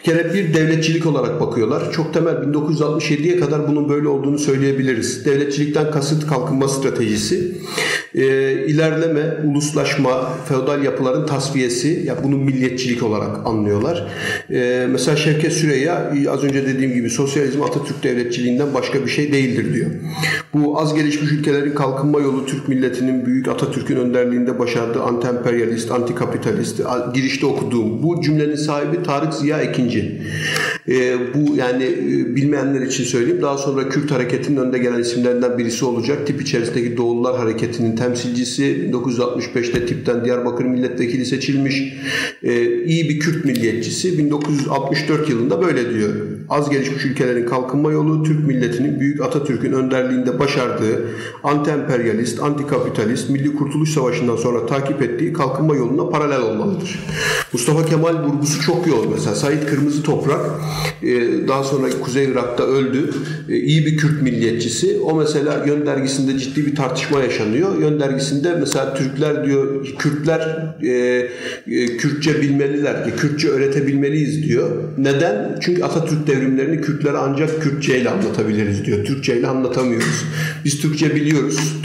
kere bir devletçilik olarak bakıyorlar. Çok temel 1967'ye kadar bunun böyle olduğunu söyleyebiliriz. Devletçilikten kasıt kalkınma stratejisi, ilerleme, uluslaşma, feodal yapıların tasfiyesi, ya bunu milliyetçilik olarak anlıyorlar. Mesela Şevket Süreyya az önce dediğim gibi sosyalizm Atatürk devletçiliğinden başka bir şey değildir diyor. Bu az gelişmiş ülkelerin kalkınma yolu Türk milletinin büyük Atatürk'ün önderliğinde başardığı anti-emperyalist, anti-kapitalist, girişte okuduğum bu cümlenin sahibi Tarık Ziya Ekinci. Bu yani bilmeyenler için söyleyeyim. Daha sonra Kürt hareketinin önde gelen isimlerinden birisi olacak. Tip içerisindeki Doğulular Hareketi'nin temsilcisi. 1965'te Tip'ten Diyarbakır milletvekili seçilmiş. İyi bir Kürt milliyetçisi. 1964 yılında böyle diyor. Az gelişmiş ülkelerin kalkınma yolu Türk milletinin büyük Atatürk'ün önderliğinde başardığı anti-emperyalist, anti-kapitalist, Milli Kurtuluş Savaşı'ndan sonra takip ettiği kalkınma yoluna paralel olmalıdır. Mustafa Kemal vurgusu çok yoğun mesela. Said Kırmızı Toprak daha sonra Kuzey Irak'ta öldü. İyi bir Kürt milliyetçisi. O mesela Yön dergisinde ciddi bir tartışma yaşanıyor. Yön dergisinde mesela Türkler diyor, Kürtler Kürtçe bilmeliler, Kürtçe öğretebilmeliyiz diyor. Neden? Çünkü Atatürk devrimlerini Kürtlere ancak Kürtçe ile anlatabiliriz diyor. Türkçe ile anlatamıyoruz. Biz Türkçe biliyoruz.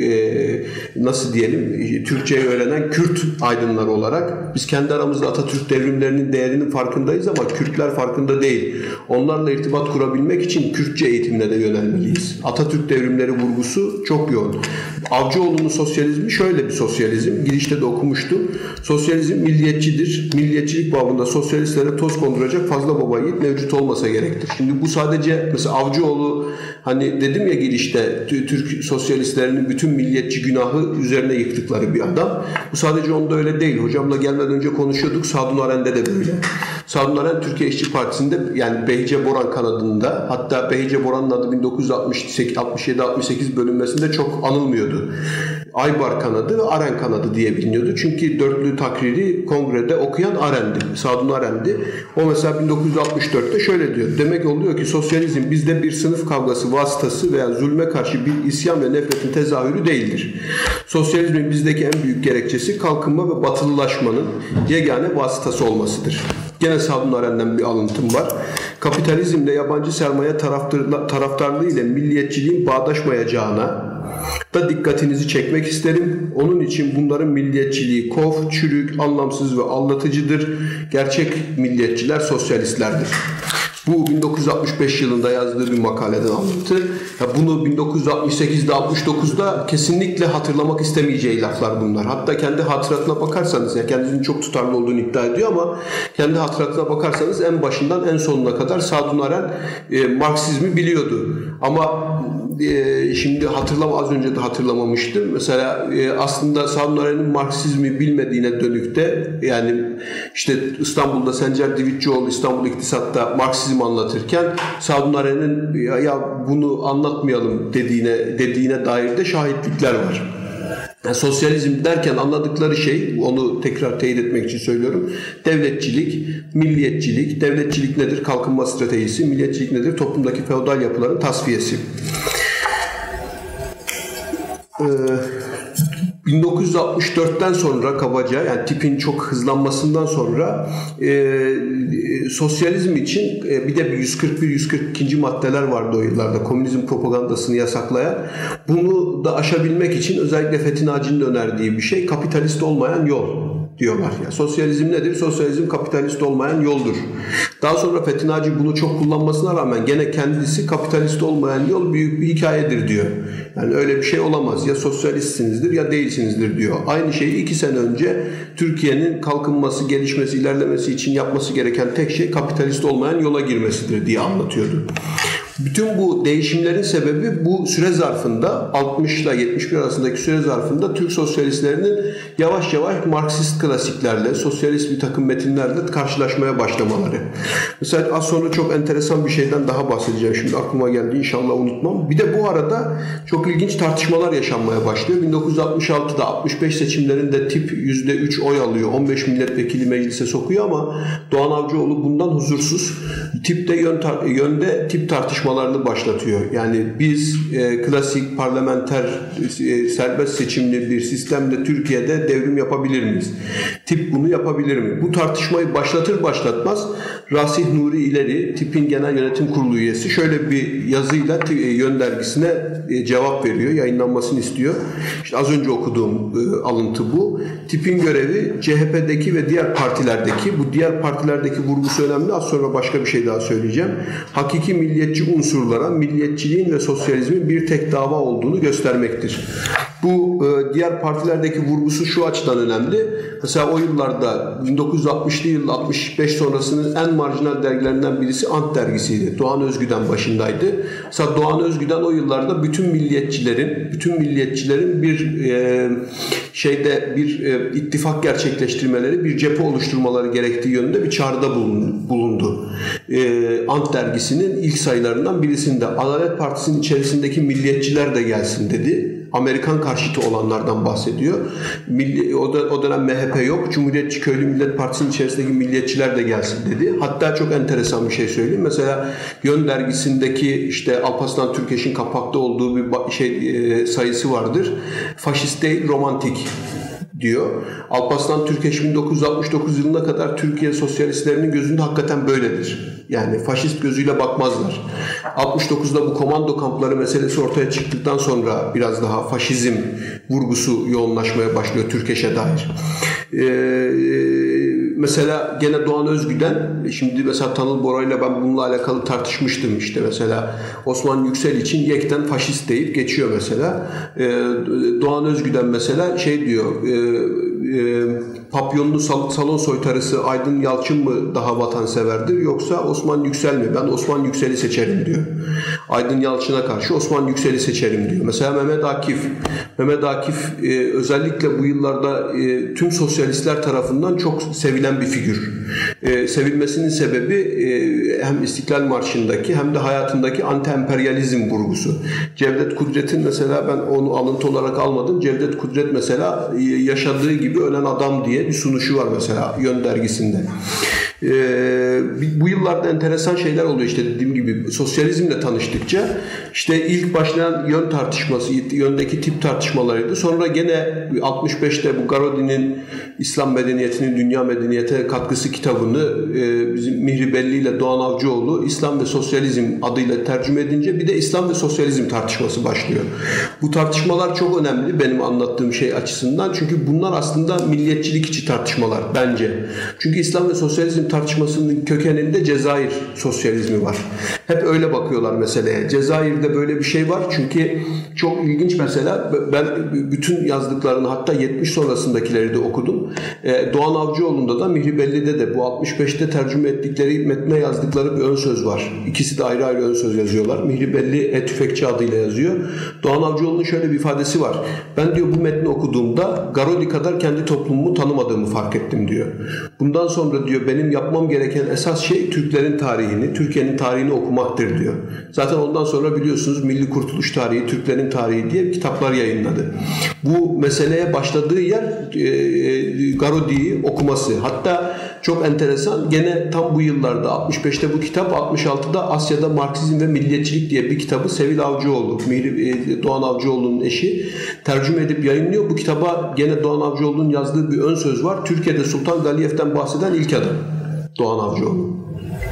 Nasıl diyelim? Türkçeyi öğrenen Kürt aydınları olarak biz kendi aramızda Atatürk devrimlerinin değerinin farkındayız ama Kürtler farkında değil. Onlarla irtibat kurabilmek için Kürtçe eğitimine de yönelmeliyiz. Atatürk devrimleri vurgusu çok yoğun. Avcıoğlu'nun sosyalizmi şöyle bir sosyalizm. Girişte de okumuştum. Sosyalizm milliyetçidir. Milliyetçilik babında sosyalistlere toz konduracak fazla baba yiğit mevcut olmasa gerektir. Şimdi bu sadece mesela Avcıoğlu hani dedim ya girişte Türk sosyalistlerinin bütün milliyetçi günahı üzerine yıktıkları bir adam. Bu sadece onda öyle değil. Hocamla gelmeden önce konuşuyorduk. Sadun Aren'de de böyle. Sadun Aren Türkiye İşçi Partisi'nde yani Behice Boran kanadında, hatta Behice Boran'ın adı 1967-68 bölünmesinde çok anılmıyordu. Aybar kanadı ve Aren kanadı diye biliniyordu. Çünkü dörtlü takriri kongrede okuyan Aren'di. Sadun Aren'di. O mesela 1964'te şöyle diyor. Demek oluyor ki sosyalizm bizde bir sınıf kavgası vasıtası veya zulme karşı bir isyan ve nefretin tezahürü değildir. Sosyalizmin bizdeki en büyük gerekçesi kalkınma ve batılılaşmanın yegane vasıtası olmasıdır. Gene Sadun Aren'den bir alıntım var. Kapitalizmle yabancı sermaye taraftarlığı ile milliyetçiliğin bağdaşmayacağına da dikkatinizi çekmek isterim. Onun için bunların milliyetçiliği kof, çürük, anlamsız ve aldatıcıdır. Gerçek milliyetçiler sosyalistlerdir. Bu 1965 yılında yazdığı bir makaleden alıntı. Bunu 1968'de 69'da kesinlikle hatırlamak istemeyeceği laflar bunlar. Hatta kendi hatıratına bakarsanız, yani kendisinin çok tutarlı olduğunu iddia ediyor ama kendi hatıratına bakarsanız en başından en sonuna kadar Sadun Aren Marksizmi biliyordu. Ama şimdi az önce de hatırlamamıştım. Mesela aslında Sadun Aren'in Marksizmi bilmediğine dönük de yani işte İstanbul'da Sencer Divitçioğlu İstanbul İktisat'ta Marksizm anlatırken Sadun Aren'in ya bunu anlatmayalım dediğine dair de şahitlikler var. Yani sosyalizm derken anladıkları şey, onu tekrar teyit etmek için söylüyorum. Devletçilik, milliyetçilik. Devletçilik nedir? Kalkınma stratejisi. Milliyetçilik nedir? Toplumdaki feodal yapıların tasfiyesi. 1964'ten sonra kabaca yani tipin çok hızlanmasından sonra sosyalizm için bir de 141-142. maddeler vardı o yıllarda komünizm propagandasını yasaklayan. Bunu da aşabilmek için özellikle Fethi Naci'nin önerdiği bir şey kapitalist olmayan yol diyorlar. Yani sosyalizm nedir? Sosyalizm kapitalist olmayan yoldur. Daha sonra Fethi Naci bunu çok kullanmasına rağmen gene kendisi kapitalist olmayan yol büyük bir hikayedir diyor. Yani öyle bir şey olamaz. Ya sosyalistsinizdir ya değilsinizdir diyor. Aynı şeyi 2 sene önce Türkiye'nin kalkınması, gelişmesi, ilerlemesi için yapması gereken tek şey kapitalist olmayan yola girmesidir diye anlatıyordu. Bütün bu değişimlerin sebebi bu süre zarfında 60 ile 71 arasındaki süre zarfında Türk sosyalistlerinin yavaş yavaş Marksist klasiklerle, sosyalist bir takım metinlerle karşılaşmaya başlamaları. Mesela az sonra çok enteresan bir şeyden daha bahsedeceğim. Şimdi aklıma geldi, inşallah unutmam. Bir de bu arada çok ilginç tartışmalar yaşanmaya başlıyor. 1966'da 65 seçimlerinde tip %3 oy alıyor. 15 milletvekili meclise sokuyor ama Doğan Avcıoğlu bundan huzursuz. Tipte yönde tip tartışmaları tartışmalarını başlatıyor. Yani biz klasik parlamenter serbest seçimli bir sistemle Türkiye'de devrim yapabilir miyiz? Tip bunu yapabilir mi? Bu tartışmayı başlatır başlatmaz Rasih Nuri İleri, TİP'in Genel Yönetim Kurulu üyesi şöyle bir yazıyla Yön dergisine cevap veriyor, yayınlanmasını istiyor. İşte az önce okuduğum alıntı bu. TİP'in görevi CHP'deki ve diğer partilerdeki, bu diğer partilerdeki vurgusu önemli. Az sonra başka bir şey daha söyleyeceğim. Hakiki milliyetçi unsurlara milliyetçiliğin ve sosyalizmin bir tek dava olduğunu göstermektir. Bu diğer partilerdeki vurgusu şu açıdan önemli. Mesela o yıllarda 1960'lı yıl 65 sonrasının en marjinal dergilerinden birisi Ant dergisiydi. Doğan Özgüden başındaydı. Mesela Doğan Özgüden o yıllarda bütün milliyetçilerin bir ittifak gerçekleştirmeleri, bir cephe oluşturmaları gerektiği yönünde bir çağrıda bulundu. Ant dergisinin ilk sayılarından birisinde Adalet Partisi'nin içerisindeki milliyetçiler de gelsin dedi. Amerikan karşıtı olanlardan bahsediyor. O dönem MHP yok. Cumhuriyetçi Köylü Millet Partisi'nin içerisindeki milliyetçiler de gelsin dedi. Hatta çok enteresan bir şey söyleyeyim. Mesela Yön dergisindeki işte Alparslan Türkeş'in kapakta olduğu bir sayısı vardır. Faşist değil, romantik diyor. Alparslan Türkeş 1969 yılına kadar Türkiye sosyalistlerinin gözünde hakikaten böyledir. Yani faşist gözüyle bakmazlar. 69'da bu komando kampları meselesi ortaya çıktıktan sonra biraz daha faşizm vurgusu yoğunlaşmaya başlıyor Türkeş'e dair. Mesela gene Doğan Özgüden, şimdi mesela Tanıl Bora'yla ben bununla alakalı tartışmıştım işte mesela Osman Yüksel için yekten faşist deyip geçiyor mesela. Doğan Özgüden mesela şey diyor, papyonlu salon soytarısı Aydın Yalçın mı daha vatanseverdir yoksa Osman Yüksel mi? Ben Osman Yüksel'i seçerim diyor. Aydın Yalçın'a karşı Osman Yüksel'i seçerim diyor. Mesela Mehmet Akif özellikle bu yıllarda tüm sosyalistler tarafından çok sevilen bir figür. Sevilmesinin sebebi hem İstiklal Marşı'ndaki hem de hayatındaki anti-emperyalizm vurgusu. Cevdet Kudret'in mesela ben onu alıntı olarak almadım. Cevdet Kudret mesela yaşadığı gibi ölen adam diye bir sunuşu var mesela Yön dergisinde. Bu yıllarda enteresan şeyler oluyor işte dediğim gibi sosyalizmle tanıştıkça işte ilk başlayan yön tartışması, yöndeki tip tartışmalarıydı. Sonra gene 65'te bu Garodi'nin İslam medeniyetinin dünya medeniyete katkısı kitabını bizim Mihri Belli ile Doğan Avcıoğlu İslam ve Sosyalizm adıyla tercüme edince bir de İslam ve Sosyalizm tartışması başlıyor. Bu tartışmalar çok önemli benim anlattığım şey açısından. Çünkü bunlar aslında milliyetçilik içi tartışmalar bence. Çünkü İslam ve Sosyalizm tartışmasının kökeninde Cezayir sosyalizmi var. Hep öyle bakıyorlar meseleye. Cezayir'de böyle bir şey var. Çünkü çok ilginç mesela ben bütün yazdıklarını hatta 70 sonrasındakileri de okudum. Doğan Avcıoğlu'nda da Mihri Belli'de de bu 65'te tercüme ettikleri metne yazdıkları bir ön söz var. İkisi de ayrı ayrı ön söz yazıyorlar. Mihri Belli Tüfekçi adıyla yazıyor. Doğan Avcıoğlu'nun şöyle bir ifadesi var. Ben diyor bu metni okuduğumda Garodi kadar kendi toplumumu tanımadığımı fark ettim diyor. Bundan sonra diyor benim yapmam gereken esas şey Türklerin tarihini, Türkiye'nin tarihini okumaktır diyor. Zaten ondan sonra biliyorsunuz Milli Kurtuluş Tarihi, Türklerin Tarihi diye kitaplar yayınladı. Bu meseleye başladığı yer Garodi'yi okuması. Hatta çok enteresan gene tam bu yıllarda 65'te bu kitap 66'da Asya'da Marksizm ve Milliyetçilik diye bir kitabı Sevil Avcıoğlu, Doğan Avcıoğlu'nun eşi tercüme edip yayınlıyor. Bu kitaba gene Doğan Avcıoğlu'nun yazdığı bir ön söz var. Türkiye'de Sultan Galiyev'den bahseden ilk adam Doğan Avcıoğlu.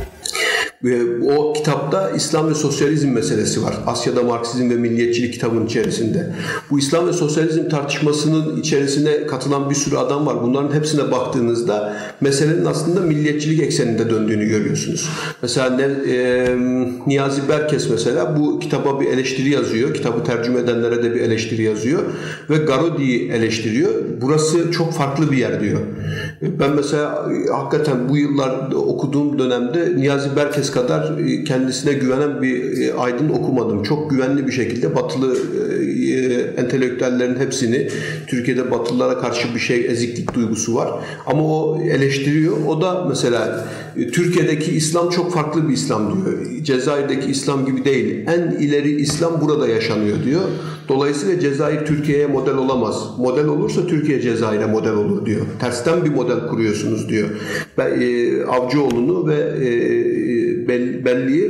O kitapta İslam ve sosyalizm meselesi var. Asya'da Marksizm ve Milliyetçilik kitabının içerisinde. Bu İslam ve sosyalizm tartışmasının içerisine katılan bir sürü adam var. Bunların hepsine baktığınızda meselenin aslında milliyetçilik ekseninde döndüğünü görüyorsunuz. Mesela Niyazi Berkes mesela bu kitaba bir eleştiri yazıyor. Kitabı tercüme edenlere de bir eleştiri yazıyor. Ve Garodi'yi eleştiriyor. Burası çok farklı bir yer diyor. Ben mesela hakikaten bu yıllar okuduğum dönemde Niyazi Berkes kadar kendisine güvenen bir aydın okumadım. Çok güvenli bir şekilde batılı entelektüellerin hepsini Türkiye'de batılılara karşı bir eziklik duygusu var. Ama o eleştiriyor. O da mesela Türkiye'deki İslam çok farklı bir İslam diyor. Cezayir'deki İslam gibi değil. En ileri İslam burada yaşanıyor diyor. Dolayısıyla Cezayir Türkiye'ye model olamaz. Model olursa Türkiye Cezayir'e model olur diyor. Tersten bir model kuruyorsunuz diyor. Avcıoğlu'nu ve Belli'yi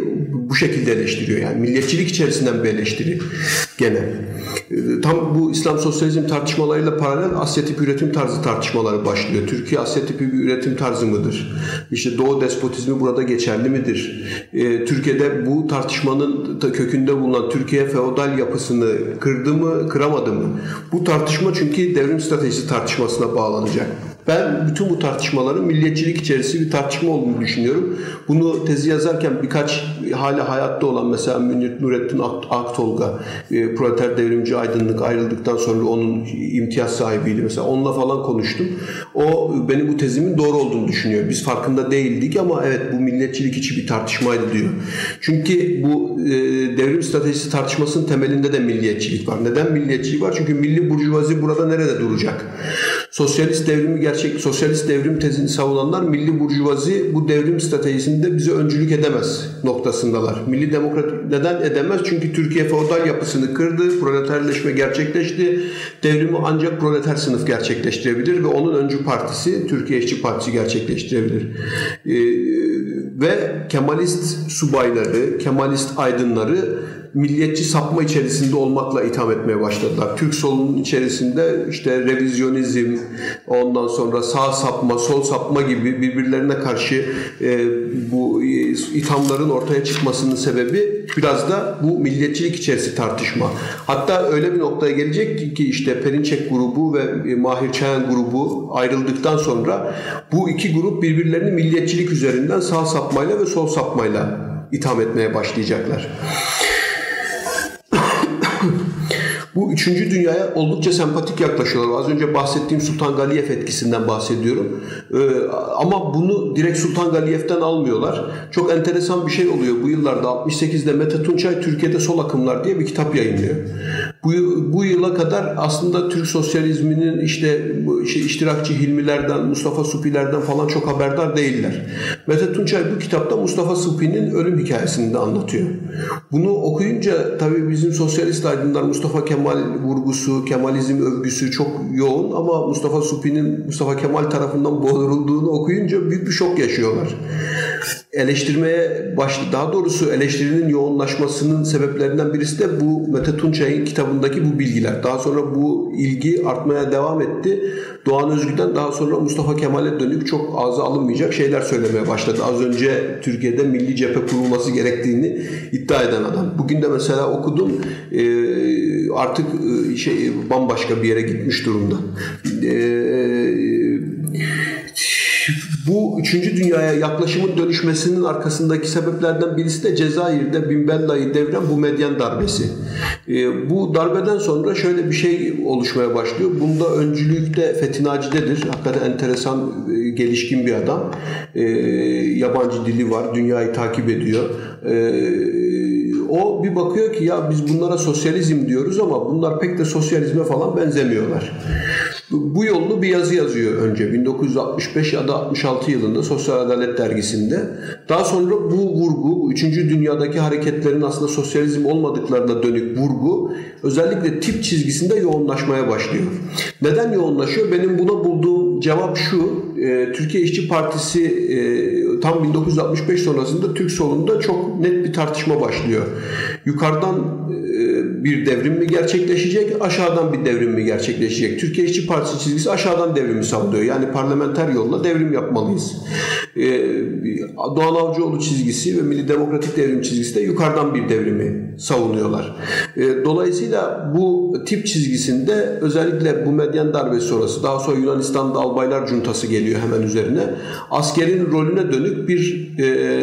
bu şekilde eleştiriyor. Yani milliyetçilik içerisinden bir eleştiri gene. Tam bu İslam sosyalizm tartışmalarıyla paralel Asya tipi üretim tarzı tartışmaları başlıyor. Türkiye Asya tipi bir üretim tarzı mıdır? İşte Doğu despotizmi burada geçerli midir? Türkiye'de bu tartışmanın kökünde bulunan Türkiye feodal yapısını kırdı mı, kıramadı mı? Bu tartışma çünkü devrim stratejisi tartışmasına bağlanacak. Ben bütün bu tartışmaların milliyetçilik içerisi bir tartışma olduğunu düşünüyorum. Bunu tezi yazarken birkaç hala hayatta olan mesela Nurettin Aktolga, proleter devrimci aydınlık ayrıldıktan sonra onun imtiyaz sahibiydi. Mesela onunla falan konuştum. O benim bu tezimin doğru olduğunu düşünüyor. Biz farkında değildik ama evet bu milliyetçilik içi bir tartışmaydı diyor. Çünkü bu devrim stratejisi tartışmasının temelinde de milliyetçilik var. Neden milliyetçilik var? Çünkü milli burjuvazi burada nerede duracak? Sosyalist devrim tezini savunanlar milli burjuvazi bu devrim stratejisinde bize öncülük edemez noktasındalar. Milli demokrat neden edemez? Çünkü Türkiye feodal yapısını kırdı, proleterleşme gerçekleşti. Devrimi ancak proleter sınıf gerçekleştirebilir ve onun öncü partisi Türkiye İşçi Partisi gerçekleştirebilir. Ve Kemalist subayları, Kemalist aydınları milliyetçi sapma içerisinde olmakla itham etmeye başladılar. Türk solunun içerisinde işte revizyonizm, ondan sonra sağ sapma, sol sapma gibi birbirlerine karşı bu ithamların ortaya çıkmasının sebebi biraz da bu milliyetçilik içerisi tartışma. Hatta öyle bir noktaya gelecek ki işte Perinçek grubu ve Mahir Çayan grubu ayrıldıktan sonra bu iki grup birbirlerini milliyetçilik üzerinden sağ sapmayla ve sol sapmayla itham etmeye başlayacaklar. Bu üçüncü dünyaya oldukça sempatik yaklaşıyorlar. Az önce bahsettiğim Sultan Galiyev etkisinden bahsediyorum. Ama bunu direkt Sultan Galiyev'den almıyorlar. Çok enteresan bir şey oluyor. Bu yıllarda 68'de Mete Tunçay Türkiye'de Sol Akımlar diye bir kitap yayınlıyor. Bu yıla kadar aslında Türk sosyalizminin işte iştirakçı Hilmilerden, Mustafa Supilerden falan çok haberdar değiller. Mete Tunçay bu kitapta Mustafa Supi'nin ölüm hikayesini de anlatıyor. Bunu okuyunca tabii bizim sosyalist aydınlar Mustafa Kemal vurgusu, Kemalizm övgüsü çok yoğun ama Mustafa Supi'nin Mustafa Kemal tarafından boğdurulduğunu okuyunca büyük bir şok yaşıyorlar. Daha doğrusu eleştirinin yoğunlaşmasının sebeplerinden birisi de bu Mete Tunçay'ın kitabındaki bu bilgiler. Daha sonra bu ilgi artmaya devam etti. Doğan Özgü'den daha sonra Mustafa Kemal'e dönük çok ağza alınmayacak şeyler söylemeye başladı. Az önce Türkiye'de milli cephe kurulması gerektiğini iddia eden adam. Bugün de mesela okudum artık bambaşka bir yere gitmiş durumda. Bu 3. dünyaya yaklaşımın dönüşmesinin arkasındaki sebeplerden birisi de Cezayir'de Bin Bella'yı deviren bu medyen darbesi. Bu darbeden sonra şöyle bir şey oluşmaya başlıyor. Bunda öncülük de Fethi Naci'dedir. Hakikaten enteresan, gelişkin bir adam. Yabancı dili var, dünyayı takip ediyor. O bir bakıyor ki ya biz bunlara sosyalizm diyoruz ama bunlar pek de sosyalizme falan benzemiyorlar. Bu yollu bir yazı yazıyor önce 1965 ya da 66 yılında Sosyal Adalet Dergisi'nde. Daha sonra bu vurgu, 3. dünyadaki hareketlerin aslında sosyalizm olmadıklarına dönük vurgu özellikle tip çizgisinde yoğunlaşmaya başlıyor. Neden yoğunlaşıyor? Benim buna bulduğum cevap şu: Türkiye İşçi Partisi tam 1965 sonrasında Türk solunda çok net bir tartışma başlıyor. Yukarıdan bir devrim mi gerçekleşecek, aşağıdan bir devrim mi gerçekleşecek? Türkiye İşçi Partisi çizgisi aşağıdan devrimi savunuyor. Yani parlamenter yolla devrim yapmalıyız. Doğan Avcıoğlu çizgisi ve Milli Demokratik Devrim çizgisi de yukarıdan bir devrimi savunuyorlar. Dolayısıyla bu tip çizgisinde özellikle bu medyen darbesi sonrası, daha sonra Yunanistan'da albaylar cuntası geliyor hemen üzerine. Askerin rolüne dönük bir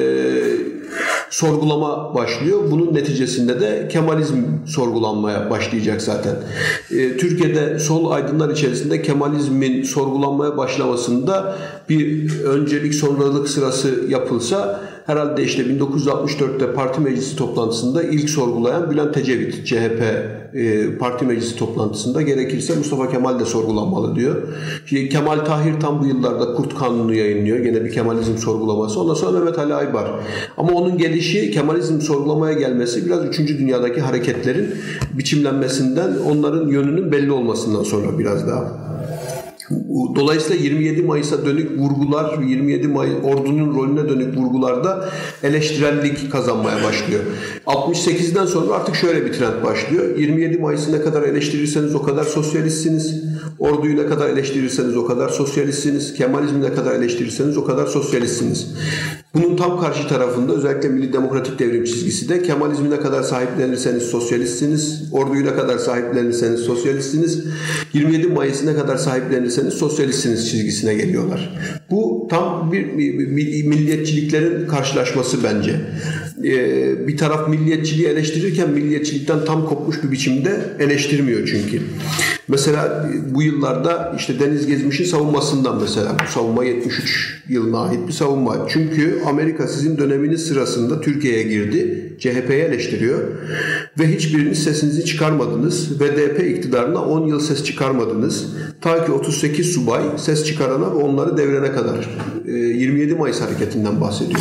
sorgulama başlıyor. Bunun neticesinde de Kemalizm sorgulanmaya başlayacak zaten. Türkiye'de sol aydınlar içerisinde Kemalizmin sorgulanmaya başlamasında bir öncelik sonralık sırası yapılsa herhalde işte 1964'te parti meclisi toplantısında ilk sorgulayan Bülent Ecevit, CHP parti meclisi toplantısında gerekirse Mustafa Kemal de sorgulanmalı diyor. Kemal Tahir tam bu yıllarda Kurt Kanunu yayınlıyor. Gene bir Kemalizm sorgulaması. Ondan sonra Mehmet Ali Aybar. Ama onun gelişi, Kemalizm sorgulamaya gelmesi biraz 3. dünyadaki hareketlerin biçimlenmesinden, onların yönünün belli olmasından sonra biraz daha. Dolayısıyla 27 Mayıs'a dönük vurgular, 27 Mayıs ordunun rolüne dönük vurgularda eleştirellik kazanmaya başlıyor. 68'den sonra artık şöyle bir trend başlıyor. 27 Mayıs'ı ne kadar eleştirirseniz o kadar sosyalistsiniz. Orduyu ne kadar eleştirirseniz o kadar sosyalistsiniz. Kemalizmi ne kadar eleştirirseniz o kadar sosyalistsiniz. Bunun tam karşı tarafında özellikle Milli Demokratik Devrim çizgisi de Kemalizmi ne kadar sahiplenirseniz sosyalistsiniz. Orduyu ne kadar sahiplenirseniz sosyalistsiniz. 27 Mayıs'ı ne kadar sahiplenirseniz sosyalistsiniz çizgisine geliyorlar. Bu tam bir milliyetçiliklerin karşılaşması bence. Bir taraf milliyetçiliği eleştirirken milliyetçilikten tam kopmuş bir biçimde eleştirmiyor çünkü. Mesela bu yıllarda işte Deniz Gezmiş'in savunmasından mesela bu savunma 73 yılına ait bir savunma. Çünkü Amerika sizin döneminiz sırasında Türkiye'ye girdi. CHP'yi eleştiriyor ve hiçbiriniz sesinizi çıkarmadınız. VDP iktidarına 10 yıl ses çıkarmadınız. Ta ki 38 subay ses çıkarana ve onları devrene kadar. 27 Mayıs hareketinden bahsediyor.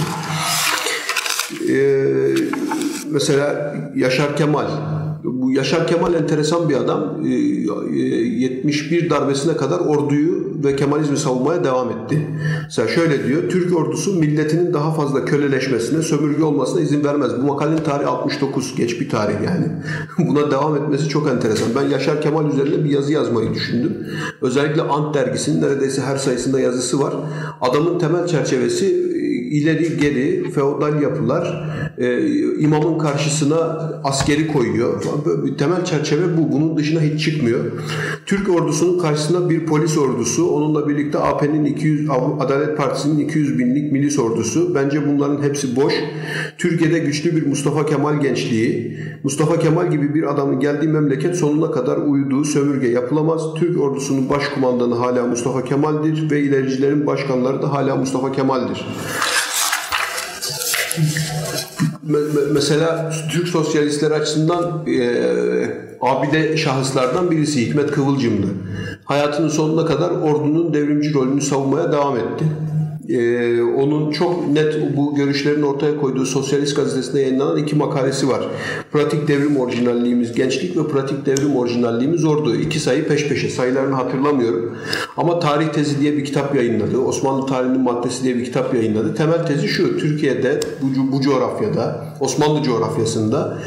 Mesela Yaşar Kemal. Bu Yaşar Kemal enteresan bir adam. 71 darbesine kadar orduyu ve Kemalizmi savunmaya devam etti. Mesela şöyle diyor, Türk ordusu milletinin daha fazla köleleşmesine, sömürge olmasına izin vermez. Bu makalenin tarihi 69, geç bir tarih yani. Buna devam etmesi çok enteresan. Ben Yaşar Kemal üzerine bir yazı yazmayı düşündüm. Özellikle Ant dergisinin neredeyse her sayısında yazısı var. Adamın temel çerçevesi ileri geri feodal yapılar, imamın karşısına askeri koyuyor. Böyle temel çerçeve bu. Bunun dışına hiç çıkmıyor. Türk ordusunun karşısına bir polis ordusu, onunla birlikte AP'nin Adalet Partisi'nin 200 binlik milis ordusu. Bence bunların hepsi boş. Türkiye'de güçlü bir Mustafa Kemal gençliği, Mustafa Kemal gibi bir adamın geldiği memleket sonuna kadar uyuduğu sömürge yapılamaz. Türk ordusunun başkumandanı hala Mustafa Kemal'dir ve ilericilerin başkanları da hala Mustafa Kemal'dir. Mesela Türk sosyalistleri açısından abide şahıslardan birisi Hikmet Kıvılcım'dı. Hayatının sonuna kadar ordunun devrimci rolünü savunmaya devam etti. Onun çok net bu görüşlerini ortaya koyduğu Sosyalist gazetesinde yayınlanan 2 makalesi var. Pratik devrim orijinalliğimiz gençlik ve pratik devrim orijinalliğimiz ordu. 2 sayı peş peşe. Sayılarını hatırlamıyorum. Ama tarih tezi diye bir kitap yayınladı. Osmanlı tarihinin maddesi diye bir kitap yayınladı. Temel tezi şu: Türkiye'de bu coğrafyada, Osmanlı coğrafyasında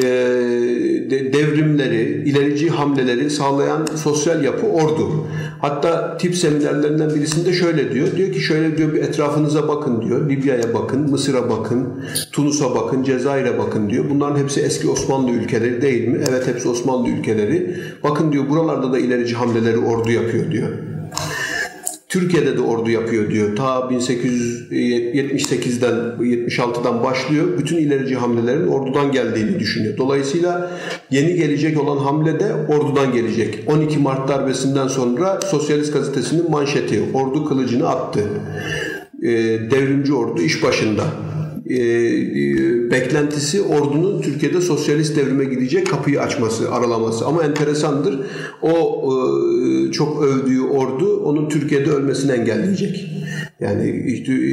devrimleri, ilerici hamleleri sağlayan sosyal yapı ordu. Hatta tip seminerlerinden birisinde şöyle diyor. Diyor ki şöyle diyor, bir etrafınıza bakın diyor. Libya'ya bakın, Mısır'a bakın, Tunus'a bakın, Cezayir'e bakın diyor. Bunların hepsi eski Osmanlı ülkeleri değil mi? Evet, hepsi Osmanlı ülkeleri. Bakın diyor, buralarda da ilerici hamleleri ordu yapıyor diyor. Türkiye'de de ordu yapıyor diyor. Ta 1878'den 76'dan başlıyor. Bütün ilerici hamlelerin ordudan geldiğini düşünüyor. Dolayısıyla yeni gelecek olan hamle de ordudan gelecek. 12 Mart darbesinden sonra Sosyalist gazetesinin manşeti: ordu kılıcını attı. Devrimci ordu iş başında. Beklentisi ordunun Türkiye'de sosyalist devrime gidecek kapıyı açması, aralaması. Ama enteresandır, o çok övdüğü ordu onun Türkiye'de ölmesini engelleyecek. Yani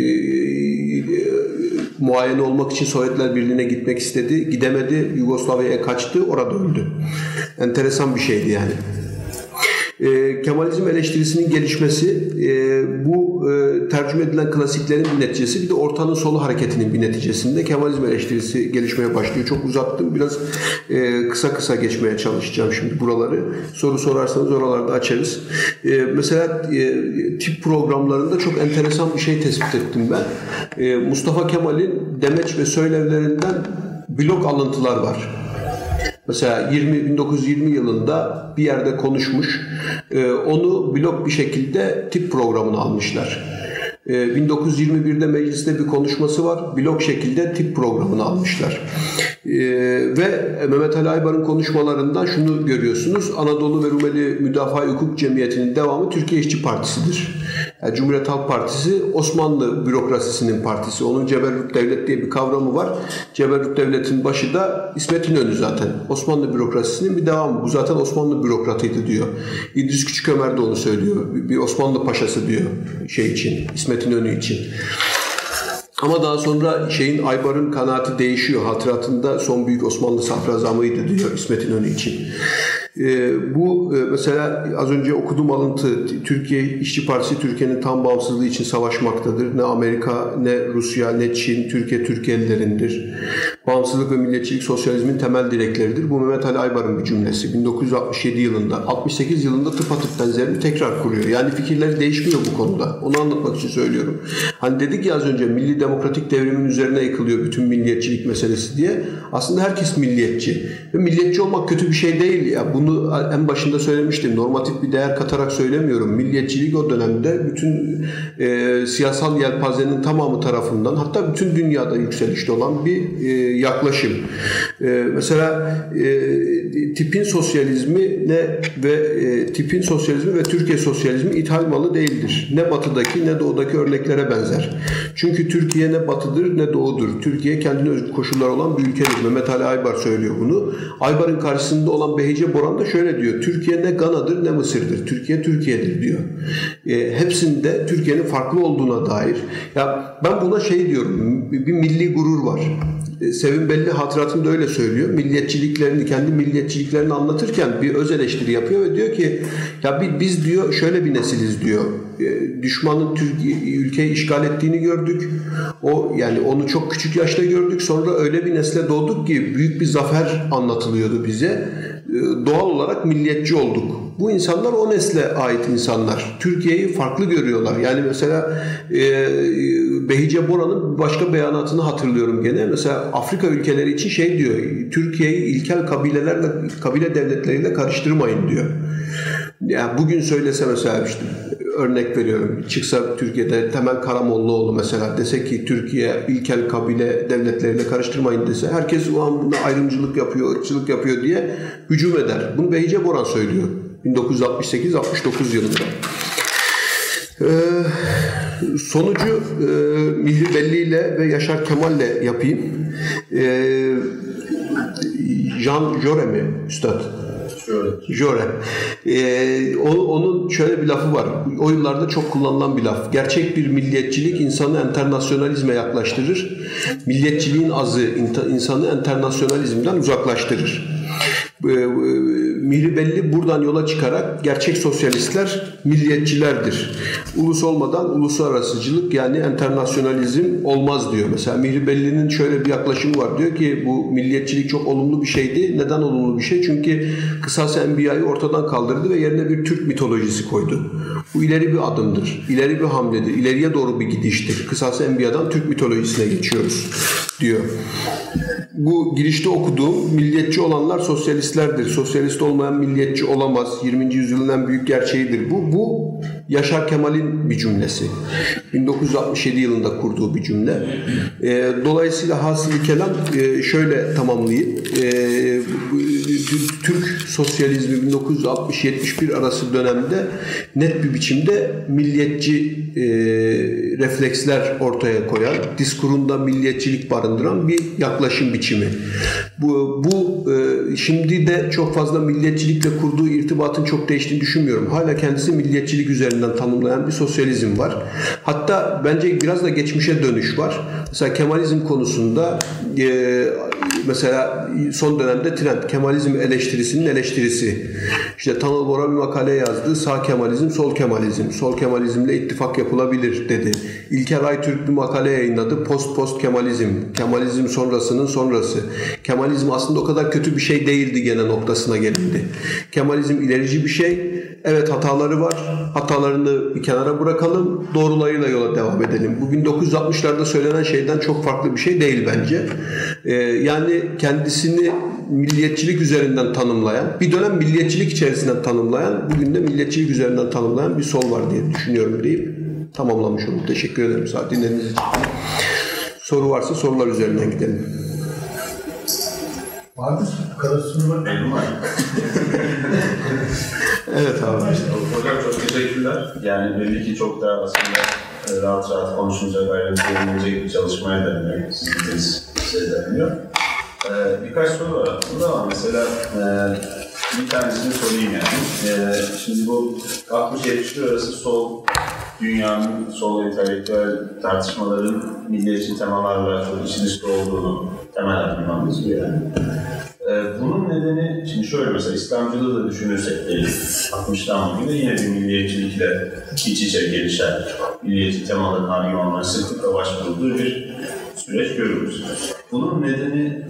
muayene olmak için Sovyetler Birliği'ne gitmek istedi, gidemedi, Yugoslavya'ya kaçtı, orada öldü. Enteresan bir şeydi yani. Kemalizm eleştirisinin gelişmesi bu tercüme edilen klasiklerin bir neticesi, bir de ortanın solu hareketinin bir neticesinde Kemalizm eleştirisi gelişmeye başlıyor. Çok uzattım, biraz kısa kısa geçmeye çalışacağım şimdi buraları. Soru sorarsanız oralarda açarız. Mesela tip programlarında çok enteresan bir şey tespit ettim ben. Mustafa Kemal'in demeç ve söylevlerinden blok alıntılar var. Mesela 1920 yılında bir yerde konuşmuş, onu blok bir şekilde tip programına almışlar. 1921'de mecliste bir konuşması var, blok şekilde tip programını almışlar. Ve Mehmet Ali Aybar'ın konuşmalarından şunu görüyorsunuz: Anadolu ve Rumeli Müdafaa Hukuk Cemiyeti'nin devamı Türkiye İşçi Partisi'dir. Yani Cumhuriyet Halk Partisi Osmanlı bürokrasisinin partisi. Onun Ceberrut Devlet diye bir kavramı var. Ceberrut Devlet'in başı da İsmet İnönü zaten. Osmanlı bürokrasisinin bir devamı. Bu zaten Osmanlı bürokratıydı diyor. İdris Küçükömer de onu söylüyor. Bir Osmanlı paşası diyor İsmet İnönü için. Ama daha sonra Aybar'ın kanaati değişiyor. Hatıratında son büyük Osmanlı sadrazamıydı diyor İsmet İnönü için. Bu mesela az önce okuduğum alıntı, Türkiye İşçi Partisi Türkiye'nin tam bağımsızlığı için savaşmaktadır. Ne Amerika, ne Rusya, ne Çin, Türkiye ellerindir. Bağımsızlık ve milliyetçilik sosyalizmin temel direkleridir. Bu Mehmet Ali Aybar'ın bir cümlesi. 1967 yılında, 68 yılında tıpatıp benzerini tekrar kuruyor. Yani fikirleri değişmiyor bu konuda. Onu anlatmak için söylüyorum. Hani dedik ya az önce milli demokratik devrimin üzerine yıkılıyor bütün milliyetçilik meselesi diye. Aslında herkes milliyetçi. Ve milliyetçi olmak kötü bir şey değil. Ya bunu en başında söylemiştim. Normatif bir değer katarak söylemiyorum. Milliyetçilik o dönemde bütün siyasal yelpazenin tamamı tarafından, hatta bütün dünyada yükselişte olan bir yaklaşım. Mesela tipin sosyalizmi ve Türkiye sosyalizmi ithal malı değildir. Ne batıdaki ne doğudaki örneklere benzer. Çünkü Türkiye ne batıdır ne doğudur. Türkiye kendine özgü koşulları olan bir ülkedir. Mehmet Ali Aybar söylüyor bunu. Aybar'ın karşısında olan Behice Boran da şöyle diyor. Türkiye ne Gana'dır ne Mısır'dır. Türkiye Türkiye'dir diyor. Hepsinde Türkiye'nin farklı olduğuna dair. Ya ben buna şey diyorum. Bir milli gurur var. Sevim Belli hatıratında öyle söylüyor. Kendi milliyetçiliklerini anlatırken bir öz eleştiri yapıyor ve diyor ki ya biz diyor şöyle bir nesiliz diyor. Düşmanın ülkeyi işgal ettiğini gördük. Yani onu çok küçük yaşta gördük. Sonra öyle bir nesle doğduk ki büyük bir zafer anlatılıyordu bize. Doğal olarak milliyetçi olduk. Bu insanlar o nesle ait insanlar. Türkiye'yi farklı görüyorlar. Yani mesela Behice Boran'ın başka beyanatını hatırlıyorum gene. Mesela Afrika ülkeleri için şey diyor. Türkiye'yi ilkel kabile devletleriyle karıştırmayın diyor. Yani bugün söylese mesela işte örnek veriyorum. Çıksa Türkiye'de Temel Karamollaoğlu mesela dese ki Türkiye ilkel kabile devletleriyle karıştırmayın dese herkes o an buna ayrımcılık yapıyor, ırkçılık yapıyor diye hücum eder. Bunu Behice Boran söylüyor 1968-69 yılında. Sonucu Mihri Belli ile ve Yaşar Kemal'le yapayım. Jean Jaurès mi üstad? Jaurès. Onun şöyle bir lafı var. O yıllarda çok kullanılan bir laf. Gerçek bir milliyetçilik insanı enternasyonalizme yaklaştırır. Milliyetçiliğin azı insanı enternasyonalizmden uzaklaştırır. Mihri Belli buradan yola çıkarak gerçek sosyalistler milliyetçilerdir. Ulus olmadan uluslararasıcılık yani enternasyonalizm olmaz diyor. Mesela Mihri Belli'nin şöyle bir yaklaşımı var. Diyor ki bu milliyetçilik çok olumlu bir şeydi. Neden olumlu bir şey? Çünkü Kısas-ı Enbiya'yı ortadan kaldırdı ve yerine bir Türk mitolojisi koydu. Bu ileri bir adımdır. İleri bir hamledir. İleriye doğru bir gidiştir. Kısas-ı Enbiya'dan Türk mitolojisine geçiyoruz diyor. Bu girişte okuduğum milliyetçi olanlar sosyalistlerdir. Sosyalist olmayan milliyetçi olamaz. 20. yüzyılın en büyük gerçeğidir bu. Bu Yaşar Kemal'in bir cümlesi. 1967 yılında kurduğu bir cümle. Dolayısıyla hasılı kelam şöyle tamamlayayım. Türk sosyalizmi 1960-71 arası dönemde net bir biçimde milliyetçi refleksler ortaya koyan, diskurunda milliyetçilik barındıran bir yaklaşım biçimi. Bu şimdi de çok fazla milliyetçilikle kurduğu irtibatın çok değiştiğini düşünmüyorum. Hala kendisi milliyetçilik üzerinden tanımlayan bir sosyalizm var. Hatta bence biraz da geçmişe dönüş var. Mesela Kemalizm konusunda mesela son dönemde trend Kemalizm eleştirisinin eleştirisi. İşte Tanıl Bora bir makale yazdı. Sağ Kemalizm, sol Kemalizm. Sol Kemalizmle ittifak yapılabilir dedi. İlker Aytürk bir makale yayınladı. Post Kemalizm. Kemalizm sonrasının sonrası. Kemalizm aslında o kadar kötü bir şey değildi gene noktasına gelindi. Kemalizm ilerici bir şey. Evet hataları var. Hatalarını bir kenara bırakalım. Doğrularıyla yola devam edelim. Bu 1960'larda söylenen şeyden çok farklı bir şey değil bence. Yani kendisini milliyetçilik üzerinden tanımlayan, bir dönem milliyetçilik içerisinden tanımlayan, bugün de milliyetçilik üzerinden tanımlayan bir sol var diye düşünüyorum deyip tamamlamış oldum. Teşekkür ederim saat dinlediğiniz için. Soru varsa sorular üzerinden gidelim. Var mı? Bu kadar soru var. Benim var. Evet abi. Hocam çok teşekkürler. Yani belli ki çok da aslında rahat konuşunca ayrıntılayabilecek bir çalışmaya dayanıyor. Sizin dayanıyor. Birkaç soru var aslında ama mesela bir tanesini sorayım yani. Şimdi bu 60-70'ler arası sol dünyanın, sol entelektüel tartışmaların milliyetçi temalarla çok içi dışta olduğunu temel argümanımız bu yani. Bunun nedeni, şimdi şöyle mesela İslamcılığı da düşünürsek 60'tan bugüne yine bir milliyetçilikle iç içe gelişen, milliyetçi temaların argümanlarına sıklıkla başvurulduğu bir süreç görüyoruz. Bunun nedeni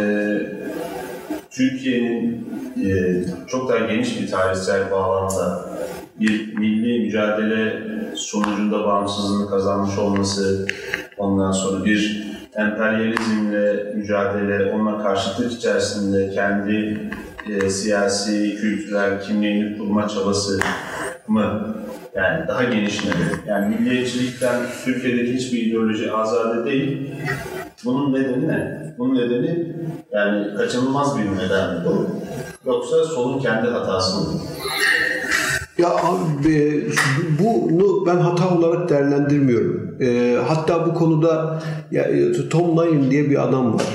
Türkiye'nin çok daha geniş bir tarihsel bağlamda bir milli mücadele sonucunda bağımsızlığını kazanmış olması, ondan sonra bir emperyalizmle mücadele, onunla karşıtlık içerisinde kendi siyasi, kültürel kimliğini kurma çabası mı? Yani daha geniş nedeni. Yani milliyetçilikten Türkiye'deki hiçbir ideoloji azade değil. Bunun nedeni ne? Bunun nedeni yani kaçınılmaz bir neden mi bu? Yoksa solun kendi hatası mı? Ya abi, bunu ben hata olarak değerlendirmiyorum. Hatta bu konuda Tom Lyon diye bir adam var.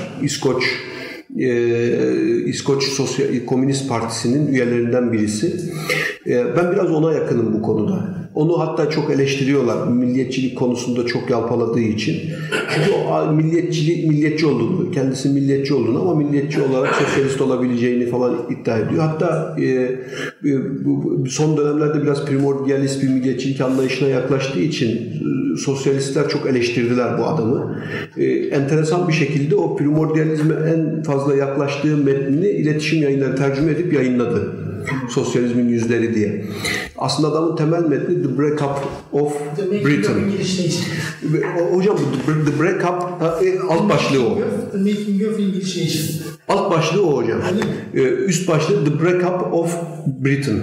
İskoç Komünist Partisi'nin üyelerinden birisi. Ben biraz ona yakınım bu konuda. Onu hatta çok eleştiriyorlar milliyetçilik konusunda çok yalpaladığı için. Çünkü o milliyetçi olduğunu, kendisi milliyetçi olduğunu ama milliyetçi olarak sosyalist olabileceğini falan iddia ediyor. Hatta son dönemlerde biraz primordialist bir milliyetçilik anlayışına yaklaştığı için sosyalistler çok eleştirdiler bu adamı. Enteresan bir şekilde o primordializme en fazla yaklaştığı metnini iletişim yayınları tercüme edip yayınladı. Sosyalizmin Yüzleri diye. Aslında adamın temel metni The Breakup of Britain. Hocam The Breakup alt başlığı o. The Making of English Nation. Alt başlığı o hocam. Üst başlığı The Breakup of Britain.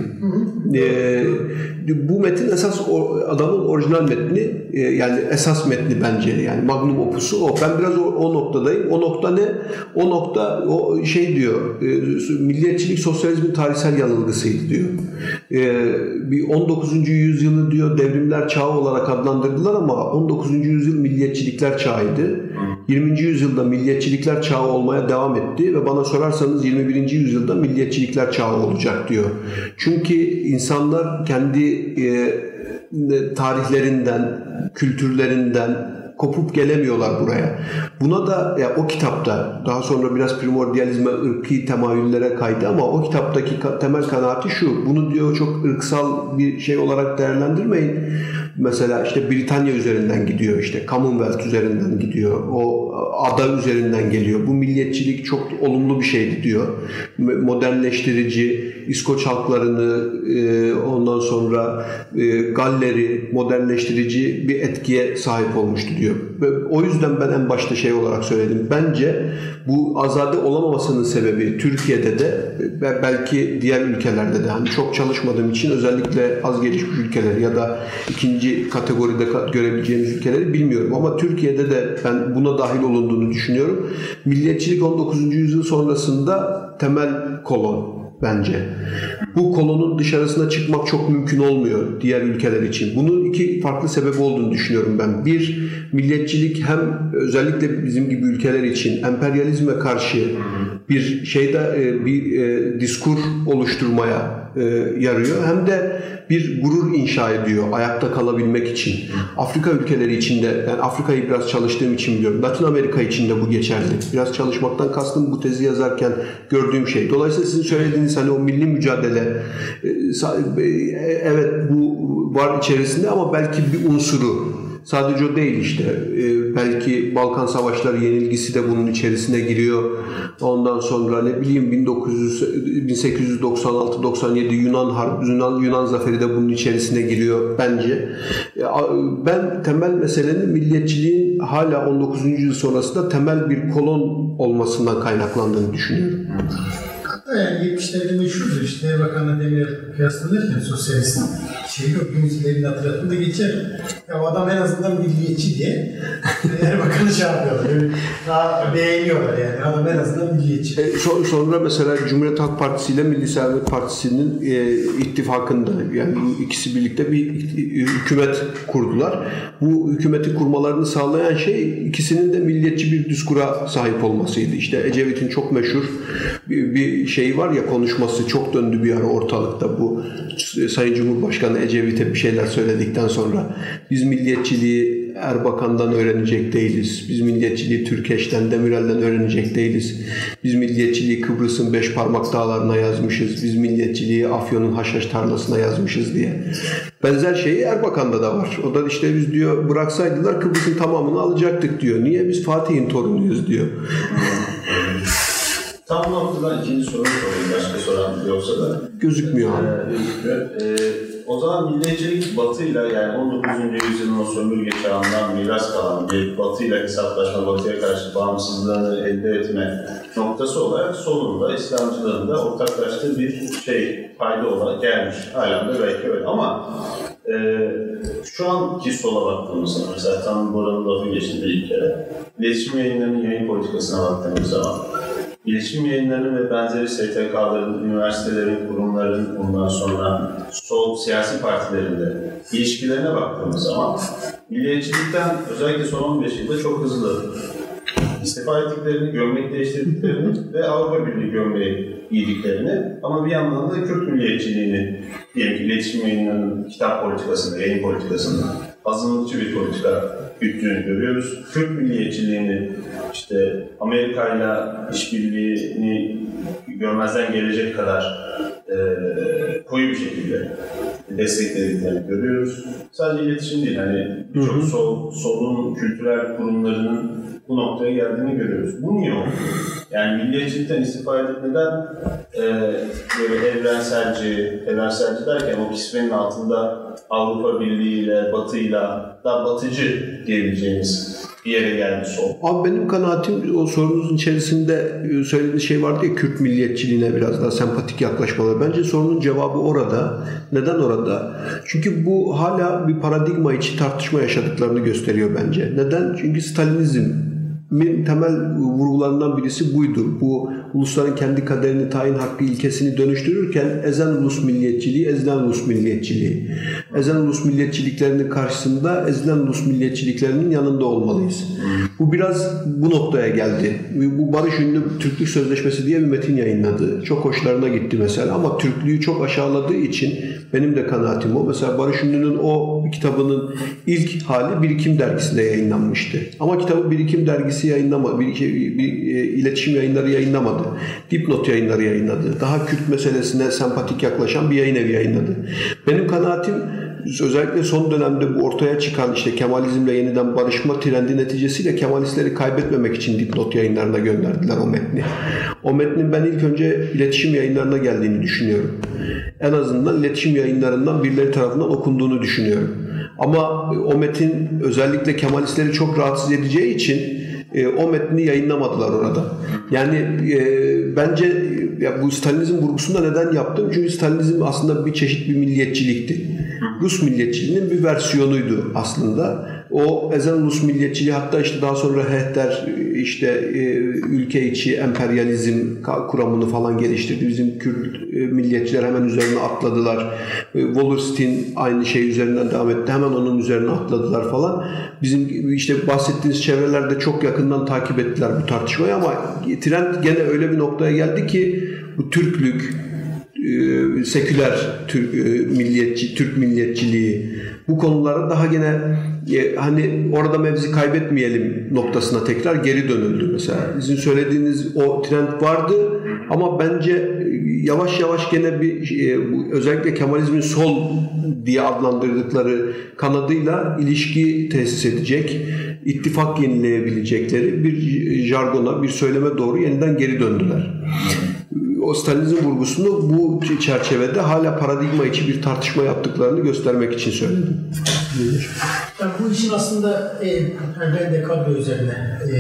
Bu metin esas adamın orijinal metni, yani esas metni bence, yani magnum opusu o. Ben biraz o noktadayım. O nokta ne? O nokta o şey diyor. Milliyetçilik sosyalizmin tarihsel yanılgısıydı diyor. Bir 19. yüzyılı diyor devrimler çağı olarak adlandırdılar ama 19. yüzyıl milliyetçilikler çağıydı. 20. yüzyılda milliyetçilikler çağı olmaya devam etti ve bana sorarsanız 21. yüzyılda milliyetçilikler çağı olacak diyor. Çünkü insanlar kendi tarihlerinden, kültürlerinden kopup gelemiyorlar buraya. Buna da o kitapta daha sonra biraz primordializme, ırkî temayüllere kaydı ama o kitaptaki temel kanaati şu. Bunu diyor çok ırksal bir şey olarak değerlendirmeyin. Mesela işte Britanya üzerinden gidiyor, işte Commonwealth üzerinden gidiyor, o ada üzerinden geliyor. Bu milliyetçilik çok olumlu bir şeydi diyor. Modernleştirici, İskoç halklarını, ondan sonra Galler'i modernleştirici bir etkiye sahip olmuştu diyor. O yüzden ben en başta şey olarak söyledim. Bence bu azade olamamasının sebebi Türkiye'de de ve belki diğer ülkelerde de, hani çok çalışmadığım için özellikle az gelişmiş ülkeler ya da ikinci kategoride görebileceğimiz ülkeleri bilmiyorum ama Türkiye'de de ben buna dahil olunduğunu düşünüyorum. Milliyetçilik 19. yüzyıl sonrasında temel kolon bence. Bu kolonun dışarısına çıkmak çok mümkün olmuyor diğer ülkeler için. Bunun iki farklı sebebi olduğunu düşünüyorum ben. Bir, milliyetçilik hem özellikle bizim gibi ülkeler için emperyalizme karşı bir diskur oluşturmaya yarıyor. Hem de bir gurur inşa ediyor ayakta kalabilmek için. Afrika ülkeleri için de, ben Afrika'yı biraz çalıştığım için biliyorum. Latin Amerika için de bu geçerli. Biraz çalışmaktan kastım bu tezi yazarken gördüğüm şey. Dolayısıyla sizin söylediğiniz hani o milli mücadele, evet bu var içerisinde ama belki bir unsuru. Sadece o değil işte. Belki Balkan Savaşları yenilgisi de bunun içerisine giriyor. Ondan sonra ne bileyim 1896-97 Yunan zaferi de bunun içerisine giriyor bence. Ben temel meselenin milliyetçiliğin hala 19. yüzyıl sonrasında temel bir kolon olmasından kaynaklandığını düşünüyorum. Hatta yani 70'lerde meşhurdur işte Erbakan'la Demirel kıyaslanırken sosyalistin yok, günümüzlerin hatırlatımda geçer. Ya o adam en azından milliyetçi diye Erbakan'ı şey yapıyorlar. Yani daha beğeniyorlar yani. Adam en azından milliyetçi. Sonra mesela Cumhuriyet Halk Partisi ile Milli Selamet Partisi'nin ittifakında, yani ikisi birlikte bir hükümet kurdular. Bu hükümeti kurmalarını sağlayan şey ikisinin de milliyetçi bir diskura sahip olmasıydı. İşte Ecevit'in çok meşhur bir şey var ya, konuşması çok döndü bir ara ortalıkta, bu Sayın Cumhurbaşkanı Ecevit'e bir şeyler söyledikten sonra biz milliyetçiliği Erbakan'dan öğrenecek değiliz. Biz milliyetçiliği Türkeş'ten, Demirel'den öğrenecek değiliz. Biz milliyetçiliği Kıbrıs'ın Beşparmak Dağları'na yazmışız. Biz milliyetçiliği Afyon'un haşhaş tarlasına yazmışız diye. Benzer şeyi Erbakan'da da var. O da işte biz diyor bıraksaydılar Kıbrıs'ın tamamını alacaktık diyor. Niye? Biz Fatih'in torunuyuz diyor. Tam bu noktadan ikinci soru sorayım. Başka soran yoksa da. Gözükmüyor abi. O zaman milliyetçilik Batı'yla yani 19. yüzyılın o sömürge çağından miras kalan bir Batı'yla hesaplaşma, Batı'ya karşı bağımsızlığını elde etme noktası olarak sonunda İslamcılığın da ortaklaştığı bir fayda olarak gelmiş. Halen de belki öyle ama şu anki sola baktığımızda mesela tam buranın lafı geçti bir ilk kere. İletişim yayınlarının yayın politikasına baktığımız zaman İletişim yayınlarının ve benzeri STK'ların, üniversitelerin, kurumların, ondan sonra sol siyasi partilerin de ilişkilerine baktığımız zaman milliyetçilikten özellikle son 15 yılda çok hızlı istifa ettiklerini, gömlek değiştirdiklerini ve Avrupa Birliği gömleği giydiklerini ama bir yandan da Kürt milliyetçiliğini diyelim ki iletişim yayınlarının kitap politikasında, yayın politikasında azınlıkçı bir politika güttüğünü görüyoruz. Kürt milliyetçiliğini işte Amerika'yla işbirliğini görmezden gelecek kadar koyu bir şekilde desteklediklerini görüyoruz. Sadece iletişim değil, hani birçok solun kültürel kurumlarının bu noktaya geldiğini görüyoruz. Bu niye oldu? Yani milliyetçilikten istifa edip neden böyle evrenselci derken o kisvenin altında Avrupa Birliği ile Batı'yla daha batıcı diyebileceğimiz bir yere geldi sol. Abi benim kanaatim o sorunuzun içerisinde söylediğiniz şey vardı ya, Kürt milliyetçiliğine biraz daha sempatik yaklaşmaları. Bence sorunun cevabı orada. Neden orada? Çünkü bu hala bir paradigma içi tartışma yaşadıklarını gösteriyor bence. Neden? Çünkü Stalinizmin temel vurgularından birisi buydu. Bu ulusların kendi kaderini tayin hakkı ilkesini dönüştürürken ezen ulus milliyetçiliği, ezilen ulus milliyetçiliği. Ezen ulus milliyetçiliklerinin karşısında ezilen ulus milliyetçiliklerinin yanında olmalıyız. Bu biraz bu noktaya geldi. Bu Barış Ünlü Türklük Sözleşmesi diye bir metin yayınladı. Çok hoşlarına gitti mesela ama Türklüğü çok aşağıladığı için benim de kanaatim o. Mesela Barış Ünlü'nün o kitabının ilk hali Birikim Dergisi'nde yayınlanmıştı. Ama kitabı Birikim Dergisi yayınlamadı. İletişim Yayınları yayınlamadı. Dipnot Yayınları yayınladı. Daha Kürt meselesine sempatik yaklaşan bir yayın evi yayınladı. Benim kanaatim özellikle son dönemde bu ortaya çıkan işte Kemalizmle yeniden barışma trendi neticesiyle Kemalistleri kaybetmemek için Dipnot Yayınlarına gönderdiler o metni. O metnin ben ilk önce iletişim yayınlarına geldiğini düşünüyorum. En azından iletişim yayınlarından birileri tarafından okunduğunu düşünüyorum. Ama o metin özellikle Kemalistleri çok rahatsız edeceği için o metni yayınlamadılar orada. Yani bence bu Stalinizm vurgusunu da neden yaptım? Çünkü Stalinizm aslında bir çeşit bir milliyetçilikti. Rus milliyetçiliğinin bir versiyonuydu aslında. O ezen ulus milliyetçiliği hatta işte daha sonra Hehter işte ülke içi emperyalizm kuramını falan geliştirdi. Bizim Kürt milliyetçiler hemen üzerine atladılar. Wallerstein aynı şey üzerinden devam etti. Hemen onun üzerine atladılar falan. Bizim işte bahsettiğiniz çevrelerde çok yakından takip ettiler bu tartışmayı ama trend gene öyle bir noktaya geldi ki bu Türklük, seküler Türk milliyetçiliği bu konulara daha gene hani orada mevzi kaybetmeyelim noktasına tekrar geri dönüldü mesela. Sizin söylediğiniz o trend vardı ama bence yavaş yavaş gene bir özellikle Kemalizmin sol diye adlandırdıkları kanadıyla ilişki tesis edecek, ittifak yenileyebilecekleri bir jargona, bir söyleme doğru yeniden geri döndüler. O Stalinizm vurgusunu bu çerçevede hala paradigma içi bir tartışma yaptıklarını göstermek için söyledim. Yani bu işin aslında ben de kadro üzerine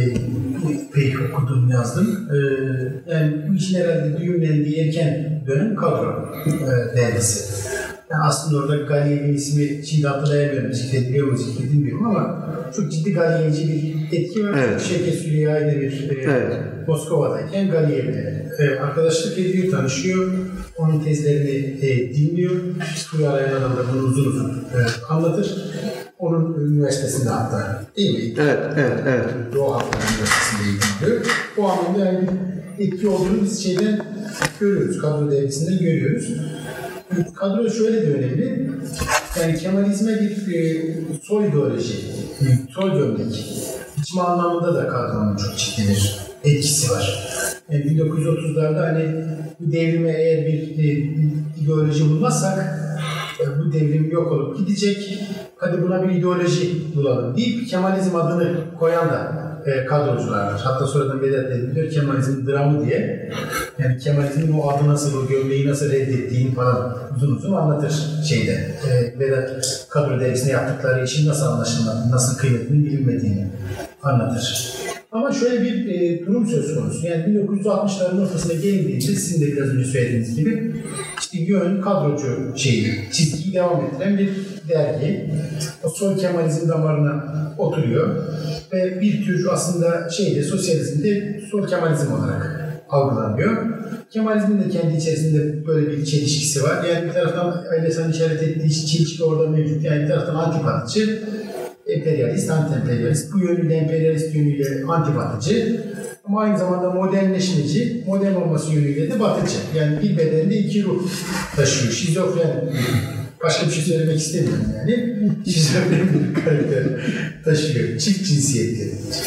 pek okudum, yazdım. Yani bu işin herhalde düğümlendiği erken dönem kadro dergisi. Yani aslında orada Galiyev'in ismi şimdi hatırlayamıyorum, zikrediyor mu bilmiyorum ama çok ciddi Galiyevci bir etki var. Evet. Şevket Süreyya'yla bir Moskova'dayken Galiyev'le arkadaşlık ediyor, tanışıyor. Onun tezlerini dinliyor. Psikoloji arayan adam da bunu uzun uzun anlatır. Onun üniversitesinde hatta değil mi? Evet. Doğu Halklar Üniversitesi'nde eğitiliyor. O anlamda yani etki olduğunu biz şeyden görüyoruz. Kadro dergisinden görüyoruz. kadro şöyle de önemli. Yani Kemalizme bir sol ideoloji, sol gömlek. İçme anlamında da kadronun çok ciddi bir etkisi var. Yani 1930'larda hani bu devrime eğer bir ideoloji bulmazsak bu devrim yok olup gidecek. Hadi buna bir ideoloji bulalım deyip Kemalizm adını koyan da kadrocular var. Hatta sonradan Vedat ediliyor Kemalizm dramı diye. Yani Kemalizmin o adı nasıl, o gömleği nasıl reddettiğini falan uzun uzun anlatır şeyde. Vedat kadro dergisine yaptıkları işin nasıl anlaşılmadığını, nasıl kıymetinin bilinmediğini anlatır. Ama şöyle bir durum söz konusu. Yani 1960'ların ortasına gelindiğinde sizin de biraz önce söylediğiniz gibi işte yön, kadrocu çizgiyi devam ettiren bir dergi. O sol Kemalizm damarına oturuyor ve bir tür aslında sosyalizmde sol Kemalizm olarak algılanıyor. Kemalizmin de kendi içerisinde böyle bir çelişkisi var. Yani bir taraftan Aylesa'nın işaret ettiği çelişki orada mevcut. Yani bir taraftan antipatıcı, emperyalist, anti-emperyalist, bu yönüyle emperyalist yönüyle antibatıcı ama aynı zamanda modernleşmeci, modern olması yönüyle de batıcı. Yani bir bedende iki ruh taşıyor. Şizofren, başka bir şey söylemek istemiyorum yani. Şizofren bir karakter taşıyor. Çift cinsiyetli.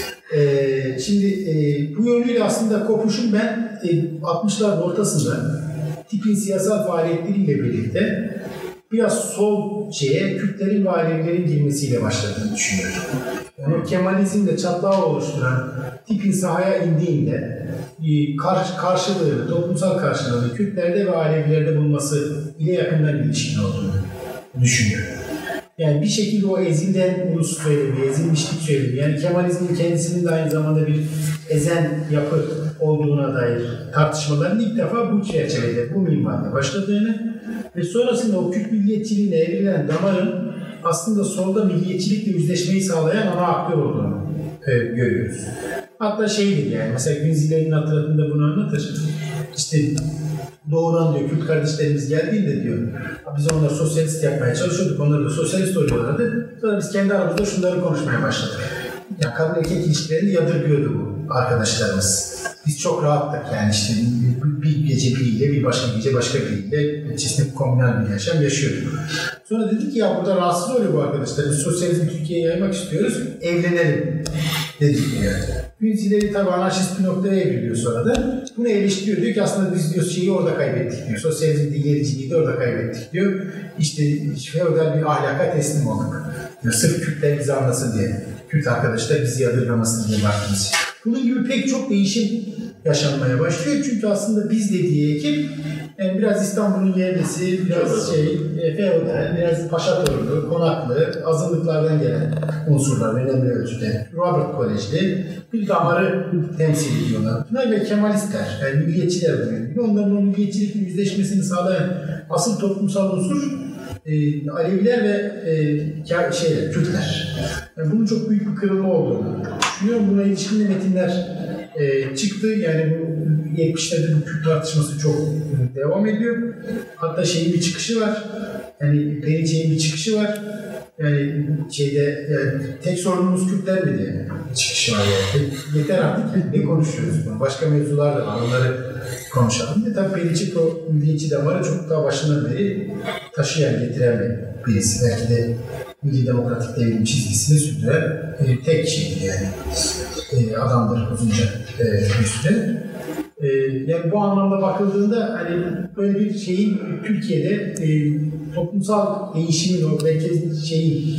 Şimdi bu yönüyle aslında kopuşun ben 60'ların ortasında tipin siyasal faaliyetleriyle birlikte biraz sol Kürtlerin ve Alevilerin girmesiyle başladığını düşünüyorum. Yani Kemalizmle çatlağı oluşturan tipin sahaya indiğinde karşılığı, toplumsal karşılığı Kürtlerde ve Alevilerde bulması ile yakından ilişkin olduğunu düşünüyorum. Yani bir şekilde o ezilen ulus söylemi, ezilmişlik söylemi, yani Kemalizmin kendisinin de aynı zamanda bir ezen yapı olduğuna dair tartışmaların ilk defa bu çerçevede, bu minvalde başladığını ve sonrasında o Kürt milliyetçiliğine evrilen damarın aslında solda milliyetçilikle yüzleşmeyi sağlayan ana aktör olduğunu görüyoruz. Hatta yani mesela Günziler'in hatırlatında bunu anlatır. İşte doğudan diyor Kürt kardeşlerimiz geldiğinde diyor biz onları sosyalist yapmaya çalışıyorduk, onları da sosyalist oluyorlardı. Sonra biz kendi aramızda şunları konuşmaya başladık. Yani kadın erkek ilişkilerini yadırgıyordu bu arkadaşlarımız. Biz çok rahattık yani işte bir gece biriyle, bir başka gece başka biriyle çeşitli kombinal bir yaşam yaşıyorduk. Sonra dedik ki ya burada rahatsız oluyor bu arkadaşlar. Biz sosyalizmi Türkiye'ye yaymak istiyoruz, evlenelim dedik yani. Günzileri tabi anarşist bir noktaya evriliyor sonra da. Bunu eleştiriyor. Diyor ki aslında biz diyor orada kaybettik diyor. Sosyalizm gericiliği de orada kaybettik diyor. İşte feodal bir ahlaka teslim olduk. Diyor, sırf Kürtler bizi anlasın diye. Kürt arkadaşlar bizi yadırgamasın diye baktığımız. Bunun gibi pek çok değişim yaşanmaya başlıyor. Çünkü aslında biz dediği ekip yani biraz İstanbul'un yerlisi, biraz feodal, biraz paşa torunu, konaklı, azınlıklardan gelen unsurlar önemli ölçüde. Robert Kolejli bir damarı temsil ediyorlar. Bunlar ve Kemalistler, yani milliyetçiler buluyor. Onların o milliyetçilikle yüzleşmesini sağlayan asıl toplumsal unsur Aleviler ve Kürtler. Yani bunun çok büyük bir kırılma olduğunu düşünüyorum. Buna ilişkin metinler çıktı. Yani bu 70'lerde bu Kürt tartışması çok devam ediyor. Hatta bir çıkışı var. Yani Perinçek'in bir çıkışı var. Yani tek sorunumuz Kürtler mi diye çıkışı var. Yani. Yeter artık. Yani. Ne konuşuyoruz bunu? Başka mevzular da var. Onları konuşalım. Tabii Perinçek o milliyetçi damarı çok daha başından beri taşıyan, getiren birisi. Belki de Milli Demokratik Devrim çizgisini sürdüren tek kişiydi yani. Adamdır uzunca bir süre. Yani bu anlamda bakıldığında hani böyle bir şeyin Türkiye'de toplumsal değişimin o merkez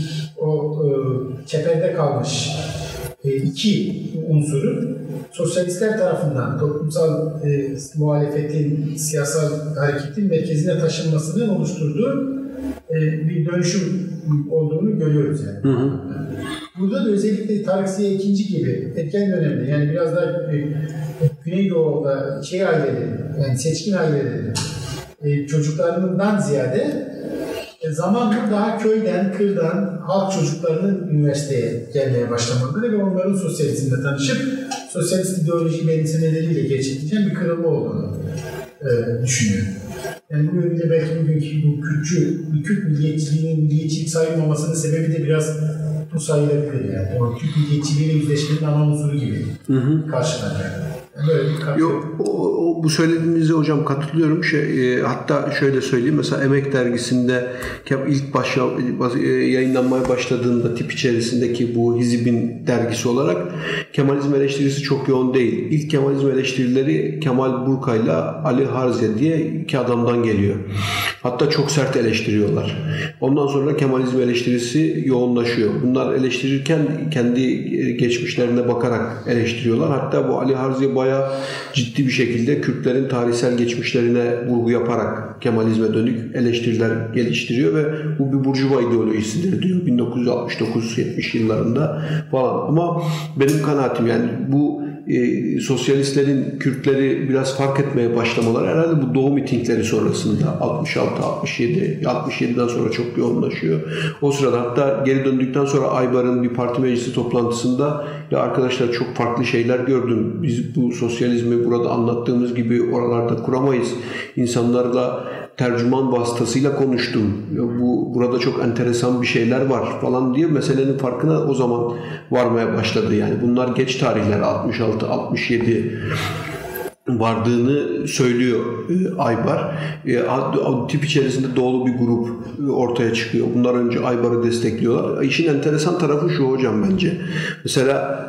çeperde kalmış iki unsuru sosyalistler tarafından toplumsal muhalefetin, siyasal hareketin merkezine taşınmasının oluşturduğu bir dönüşüm olduğunu görüyoruz yani. Hı hı. Burada da özellikle Tarık Ziya II gibi erken dönemde yani biraz daha Güneydoğu'da aileleri, yani seçkin aileleri çocuklarından ziyade zamanla daha köyden, kırdan, halk çocuklarının üniversiteye gelmeye başlamaları ve onların sosyalizmle tanışıp sosyalist ideoloji benimsemeleriyle gerçekleşen bir kırılma olduğunu düşünüyorum. Yani bu yönde belki bugünkü bu Kürt milliyetçiliğinin milliyetçilik sayılmamasının sebebi de biraz bu sayılabilir yani. O Kürt milliyetçiliğiyle yüzleşmenin ana unsuru gibi karşılanıyor. Böyle bir katkı. Yok, bu söylediğinize hocam katılıyorum. Hatta şöyle söyleyeyim. Mesela Emek dergisinde ilk başta yayınlanmaya başladığında tip içerisindeki bu Hizib'in dergisi olarak Kemalizm eleştirisi çok yoğun değil. İlk Kemalizm eleştirileri Kemal Burkay'la Ali Harziye diye iki adamdan geliyor. Hatta çok sert eleştiriyorlar. Ondan sonra Kemalizm eleştirisi yoğunlaşıyor. Bunlar eleştirirken kendi geçmişlerine bakarak eleştiriyorlar. Hatta bu Ali Harziye bayağı ciddi bir şekilde Kürtlerin tarihsel geçmişlerine vurgu yaparak Kemalizme dönük eleştiriler geliştiriyor ve bu bir burjuva ideolojisidir diyor 1969-70 yıllarında falan. Ama benim kanaatim yani bu sosyalistlerin Kürtleri biraz fark etmeye başlamaları herhalde bu Doğu mitingleri sonrasında 67'den sonra çok yoğunlaşıyor. O sırada hatta geri döndükten sonra Aybar'ın bir parti meclisi toplantısında ya arkadaşlar çok farklı şeyler gördüm. Biz bu sosyalizmi burada anlattığımız gibi oralarda kuramayız. İnsanlarla tercüman vasıtasıyla konuştum. Burada çok enteresan bir şeyler var falan diye meselenin farkına o zaman varmaya başladı. Yani bunlar geç tarihler 66-67 vardığını söylüyor Aybar. Tip içerisinde doğulu bir grup ortaya çıkıyor. Bunlar önce Aybar'ı destekliyorlar. İşin enteresan tarafı şu hocam bence. Mesela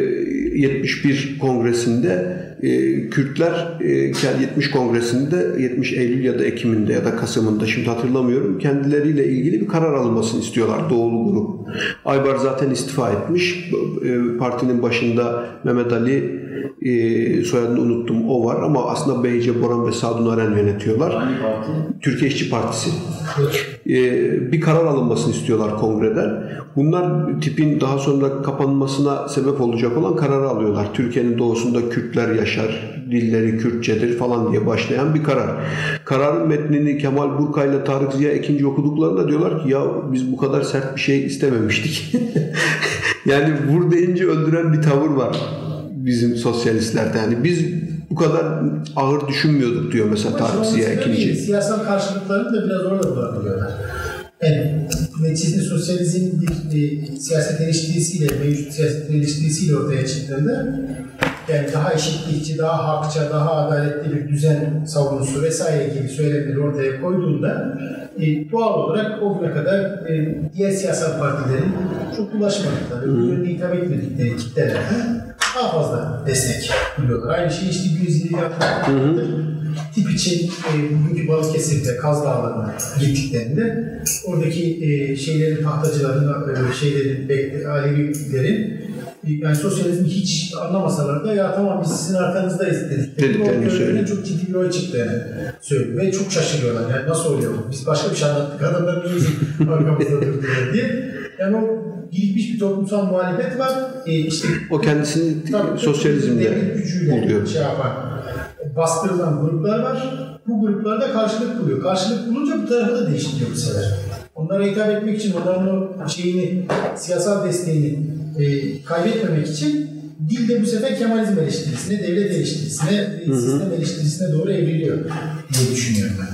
71 kongresinde Kürtler 70 kongresinde 70 Eylül ya da Ekim'inde ya da Kasım'ında şimdi hatırlamıyorum kendileriyle ilgili bir karar alınmasını istiyorlar doğulu grup. Aybar zaten istifa etmiş. Partinin başında Mehmet Ali soyadını unuttum o var ama aslında Beyce Boran ve Sadun Aren yönetiyorlar. Hangi parti? Türkiye İşçi Partisi. Bir karar alınmasını istiyorlar kongreden. Bunlar tipin daha sonra kapanmasına sebep olacak olan kararı alıyorlar. Türkiye'nin doğusunda Kürtler yaşar, dilleri Kürtçedir falan diye başlayan bir karar. Kararın metnini Kemal Burkay ile Tarık Ziya ikinci okuduklarında diyorlar ki ya biz bu kadar sert bir şey istememiştik. Yani vur deyince öldüren bir tavır var bizim sosyalistlerde. Yani biz bu kadar ağır düşünmüyorduk diyor mesela Tarık Ziya ikinci. Siyasal karşılıklarını da biraz orada bulabiliyorlar. Yani neticede sosyalizm bir siyaset eleştirisiyle, mevcut siyaset eleştirisiyle ortaya çıktığında yani daha eşitlikçi, daha hakça, daha adaletli bir düzen savunusu vesaire gibi söylemleri ortaya koyduğunda doğal olarak o güne kadar diğer siyasal partilerin çok ulaşmadıkları, ürünü hitap etmedikleri kitlelerden daha fazla destek buluyorlar. Aynı şey işte 100 yıl yaptıklarıdır. Tip için bugünkü Balıkesir'de Kaz Dağları'na gittiklerinde oradaki şeylerin, tahtacıların, Alevilerin yani sosyalizmi hiç anlamasalar da ya tamam biz sizin arkanızdayız dediklerini söylüyor. Çok ciddi bir oy çıktığını söylüyor ve çok şaşırıyorlar. Yani nasıl oluyor bu? Biz başka bir şey anlattık. Adamlar niye bizim arkamızda durdular diye. Yani o gelişmiş bir toplumsal muhalefet var. İşte o kendisini sosyalizmde buluyor. Bastırılan gruplar var. Bu gruplarda karşılık buluyor. Karşılık bulunca bu tarafı da değiştiriyor bu sefer. Onlara hitap etmek için, onların o siyasal desteğini kaybetmemek için dil de bu sefer Kemalizm eleştirisine, devlet eleştirisine, sistem eleştirisine doğru evriliyor diye düşünüyorum ben.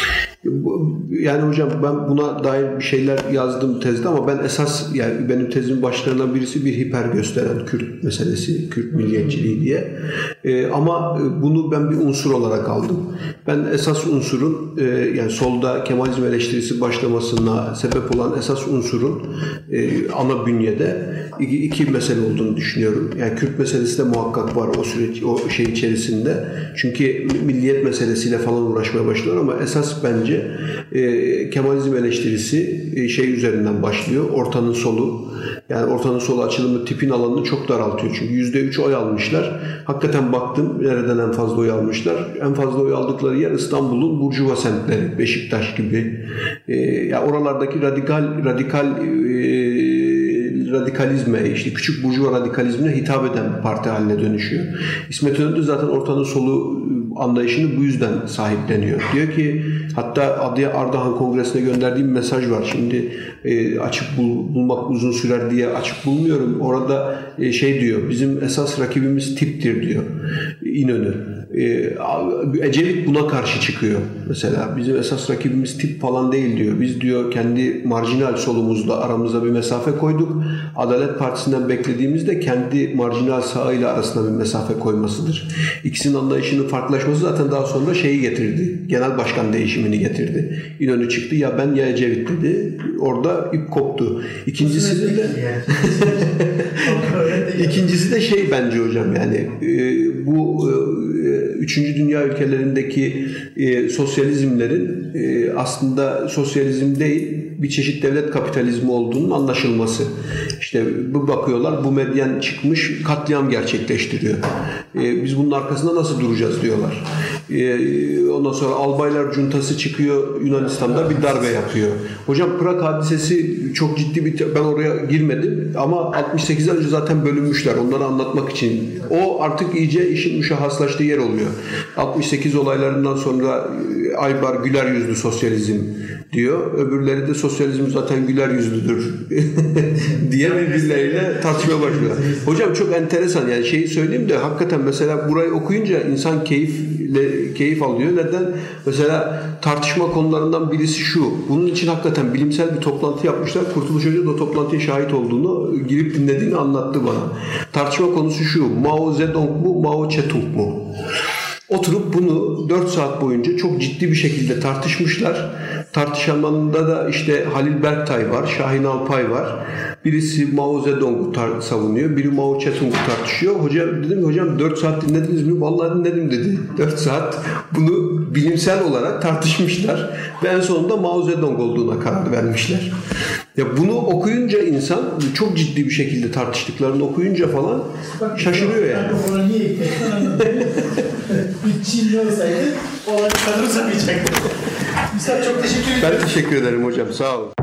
Yani hocam ben buna dair bir şeyler yazdım tezde ama ben esas yani benim tezimin başlarından birisi bir hiper gösteren Kürt meselesi, Kürt milliyetçiliği diye. Ama bunu ben bir unsur olarak aldım. Ben esas unsurun yani solda Kemalizm eleştirisi başlamasına sebep olan esas unsurun ana bünyede iki mesele olduğunu düşünüyorum. Yani Kürt meselesi de muhakkak var o süreç, o şey içerisinde. Çünkü milliyet meselesiyle falan uğraşmaya başlıyor ama esas bence Kemalizm eleştirisi şey üzerinden başlıyor. Ortanın solu. Yani ortanın solu açılımı tipin alanını çok daraltıyor. Çünkü %3 oy almışlar. Hakikaten baktım nereden en fazla oy almışlar. En fazla oy aldıkları yer İstanbul'un burjuva semtleri. Beşiktaş gibi. Ya oralardaki radikalizme, işte küçük burjuva radikalizmine hitap eden bir parti haline dönüşüyor. İsmet İnönü zaten ortanın solu anlayışını bu yüzden sahipleniyor. Diyor ki hatta Ardahan Kongresi'ne gönderdiğim mesaj var. Şimdi açıp bulmak uzun sürer diye açıp bulmuyorum. Orada şey diyor, bizim esas rakibimiz tiptir diyor İnönü. Ecevit buna karşı çıkıyor mesela. Bizim esas rakibimiz tip falan değil diyor. Biz diyor kendi marjinal solumuzla aramıza bir mesafe koyduk. Adalet Partisi'nden beklediğimiz de kendi marjinal sağıyla arasında bir mesafe koymasıdır. İkisinin anlayışının farklılaşması zaten daha sonra şeyi getirdi. Genel başkan değişimini getirdi. İnönü çıktı ya ben ya Ecevit dedi. Orada ip koptu. İkincisi de şey bence hocam yani bu 3. Dünya ülkelerindeki sosyalizmlerin aslında sosyalizm değil bir çeşit devlet kapitalizmi olduğunun anlaşılması. İşte bu bakıyorlar bu medyen çıkmış katliam gerçekleştiriyor. Biz bunun arkasında nasıl duracağız diyorlar. Ondan sonra Albaylar Cuntası çıkıyor Yunanistan'da bir darbe yapıyor. Hocam Prag hadisesi çok ciddi ben oraya girmedim ama 68'den önce zaten bölünmüşler onları anlatmak için. O artık iyice işin müşahhaslaştığı yer oluyor. 68 olaylarından sonra Aybar güler yüzlü sosyalizm diyor. Öbürleri de sosyalizm zaten güler yüzlüdür diye birbirleriyle tartışmaya başlıyor. Hocam çok enteresan yani şeyi söyleyeyim de hakikaten mesela burayı okuyunca insan keyif alıyor. Neden? Mesela tartışma konularından birisi şu. Bunun için hakikaten bilimsel bir toplantı yapmışlar. Kurtuluş Hoca da o toplantıya şahit olduğunu, girip dinlediğini anlattı bana. Tartışma konusu şu. Mao Zedong mu, Mao Zedong mu? Oturup bunu 4 saat boyunca çok ciddi bir şekilde tartışmışlar. Tartışanlarında da işte Halil Berktay var, Şahin Alpay var. Birisi Mao Zedong'u savunuyor, biri Mao Zedong'u tartışıyor. Dedim hocam 4 saat dinlediniz mi? Vallahi dinledim dedi. 4 saat bunu bilimsel olarak tartışmışlar. Ve en sonunda Mao Zedong olduğuna karar vermişler. Ya bunu okuyunca insan çok ciddi bir şekilde tartıştıklarını okuyunca falan şaşırıyor yani. Ona niye ekmekten anladım. Bir Çinli olsaydı olayı kadar uzamayacaktı. Müsaade çok teşekkür ederim. Ben teşekkür ederim hocam. Sağ olun.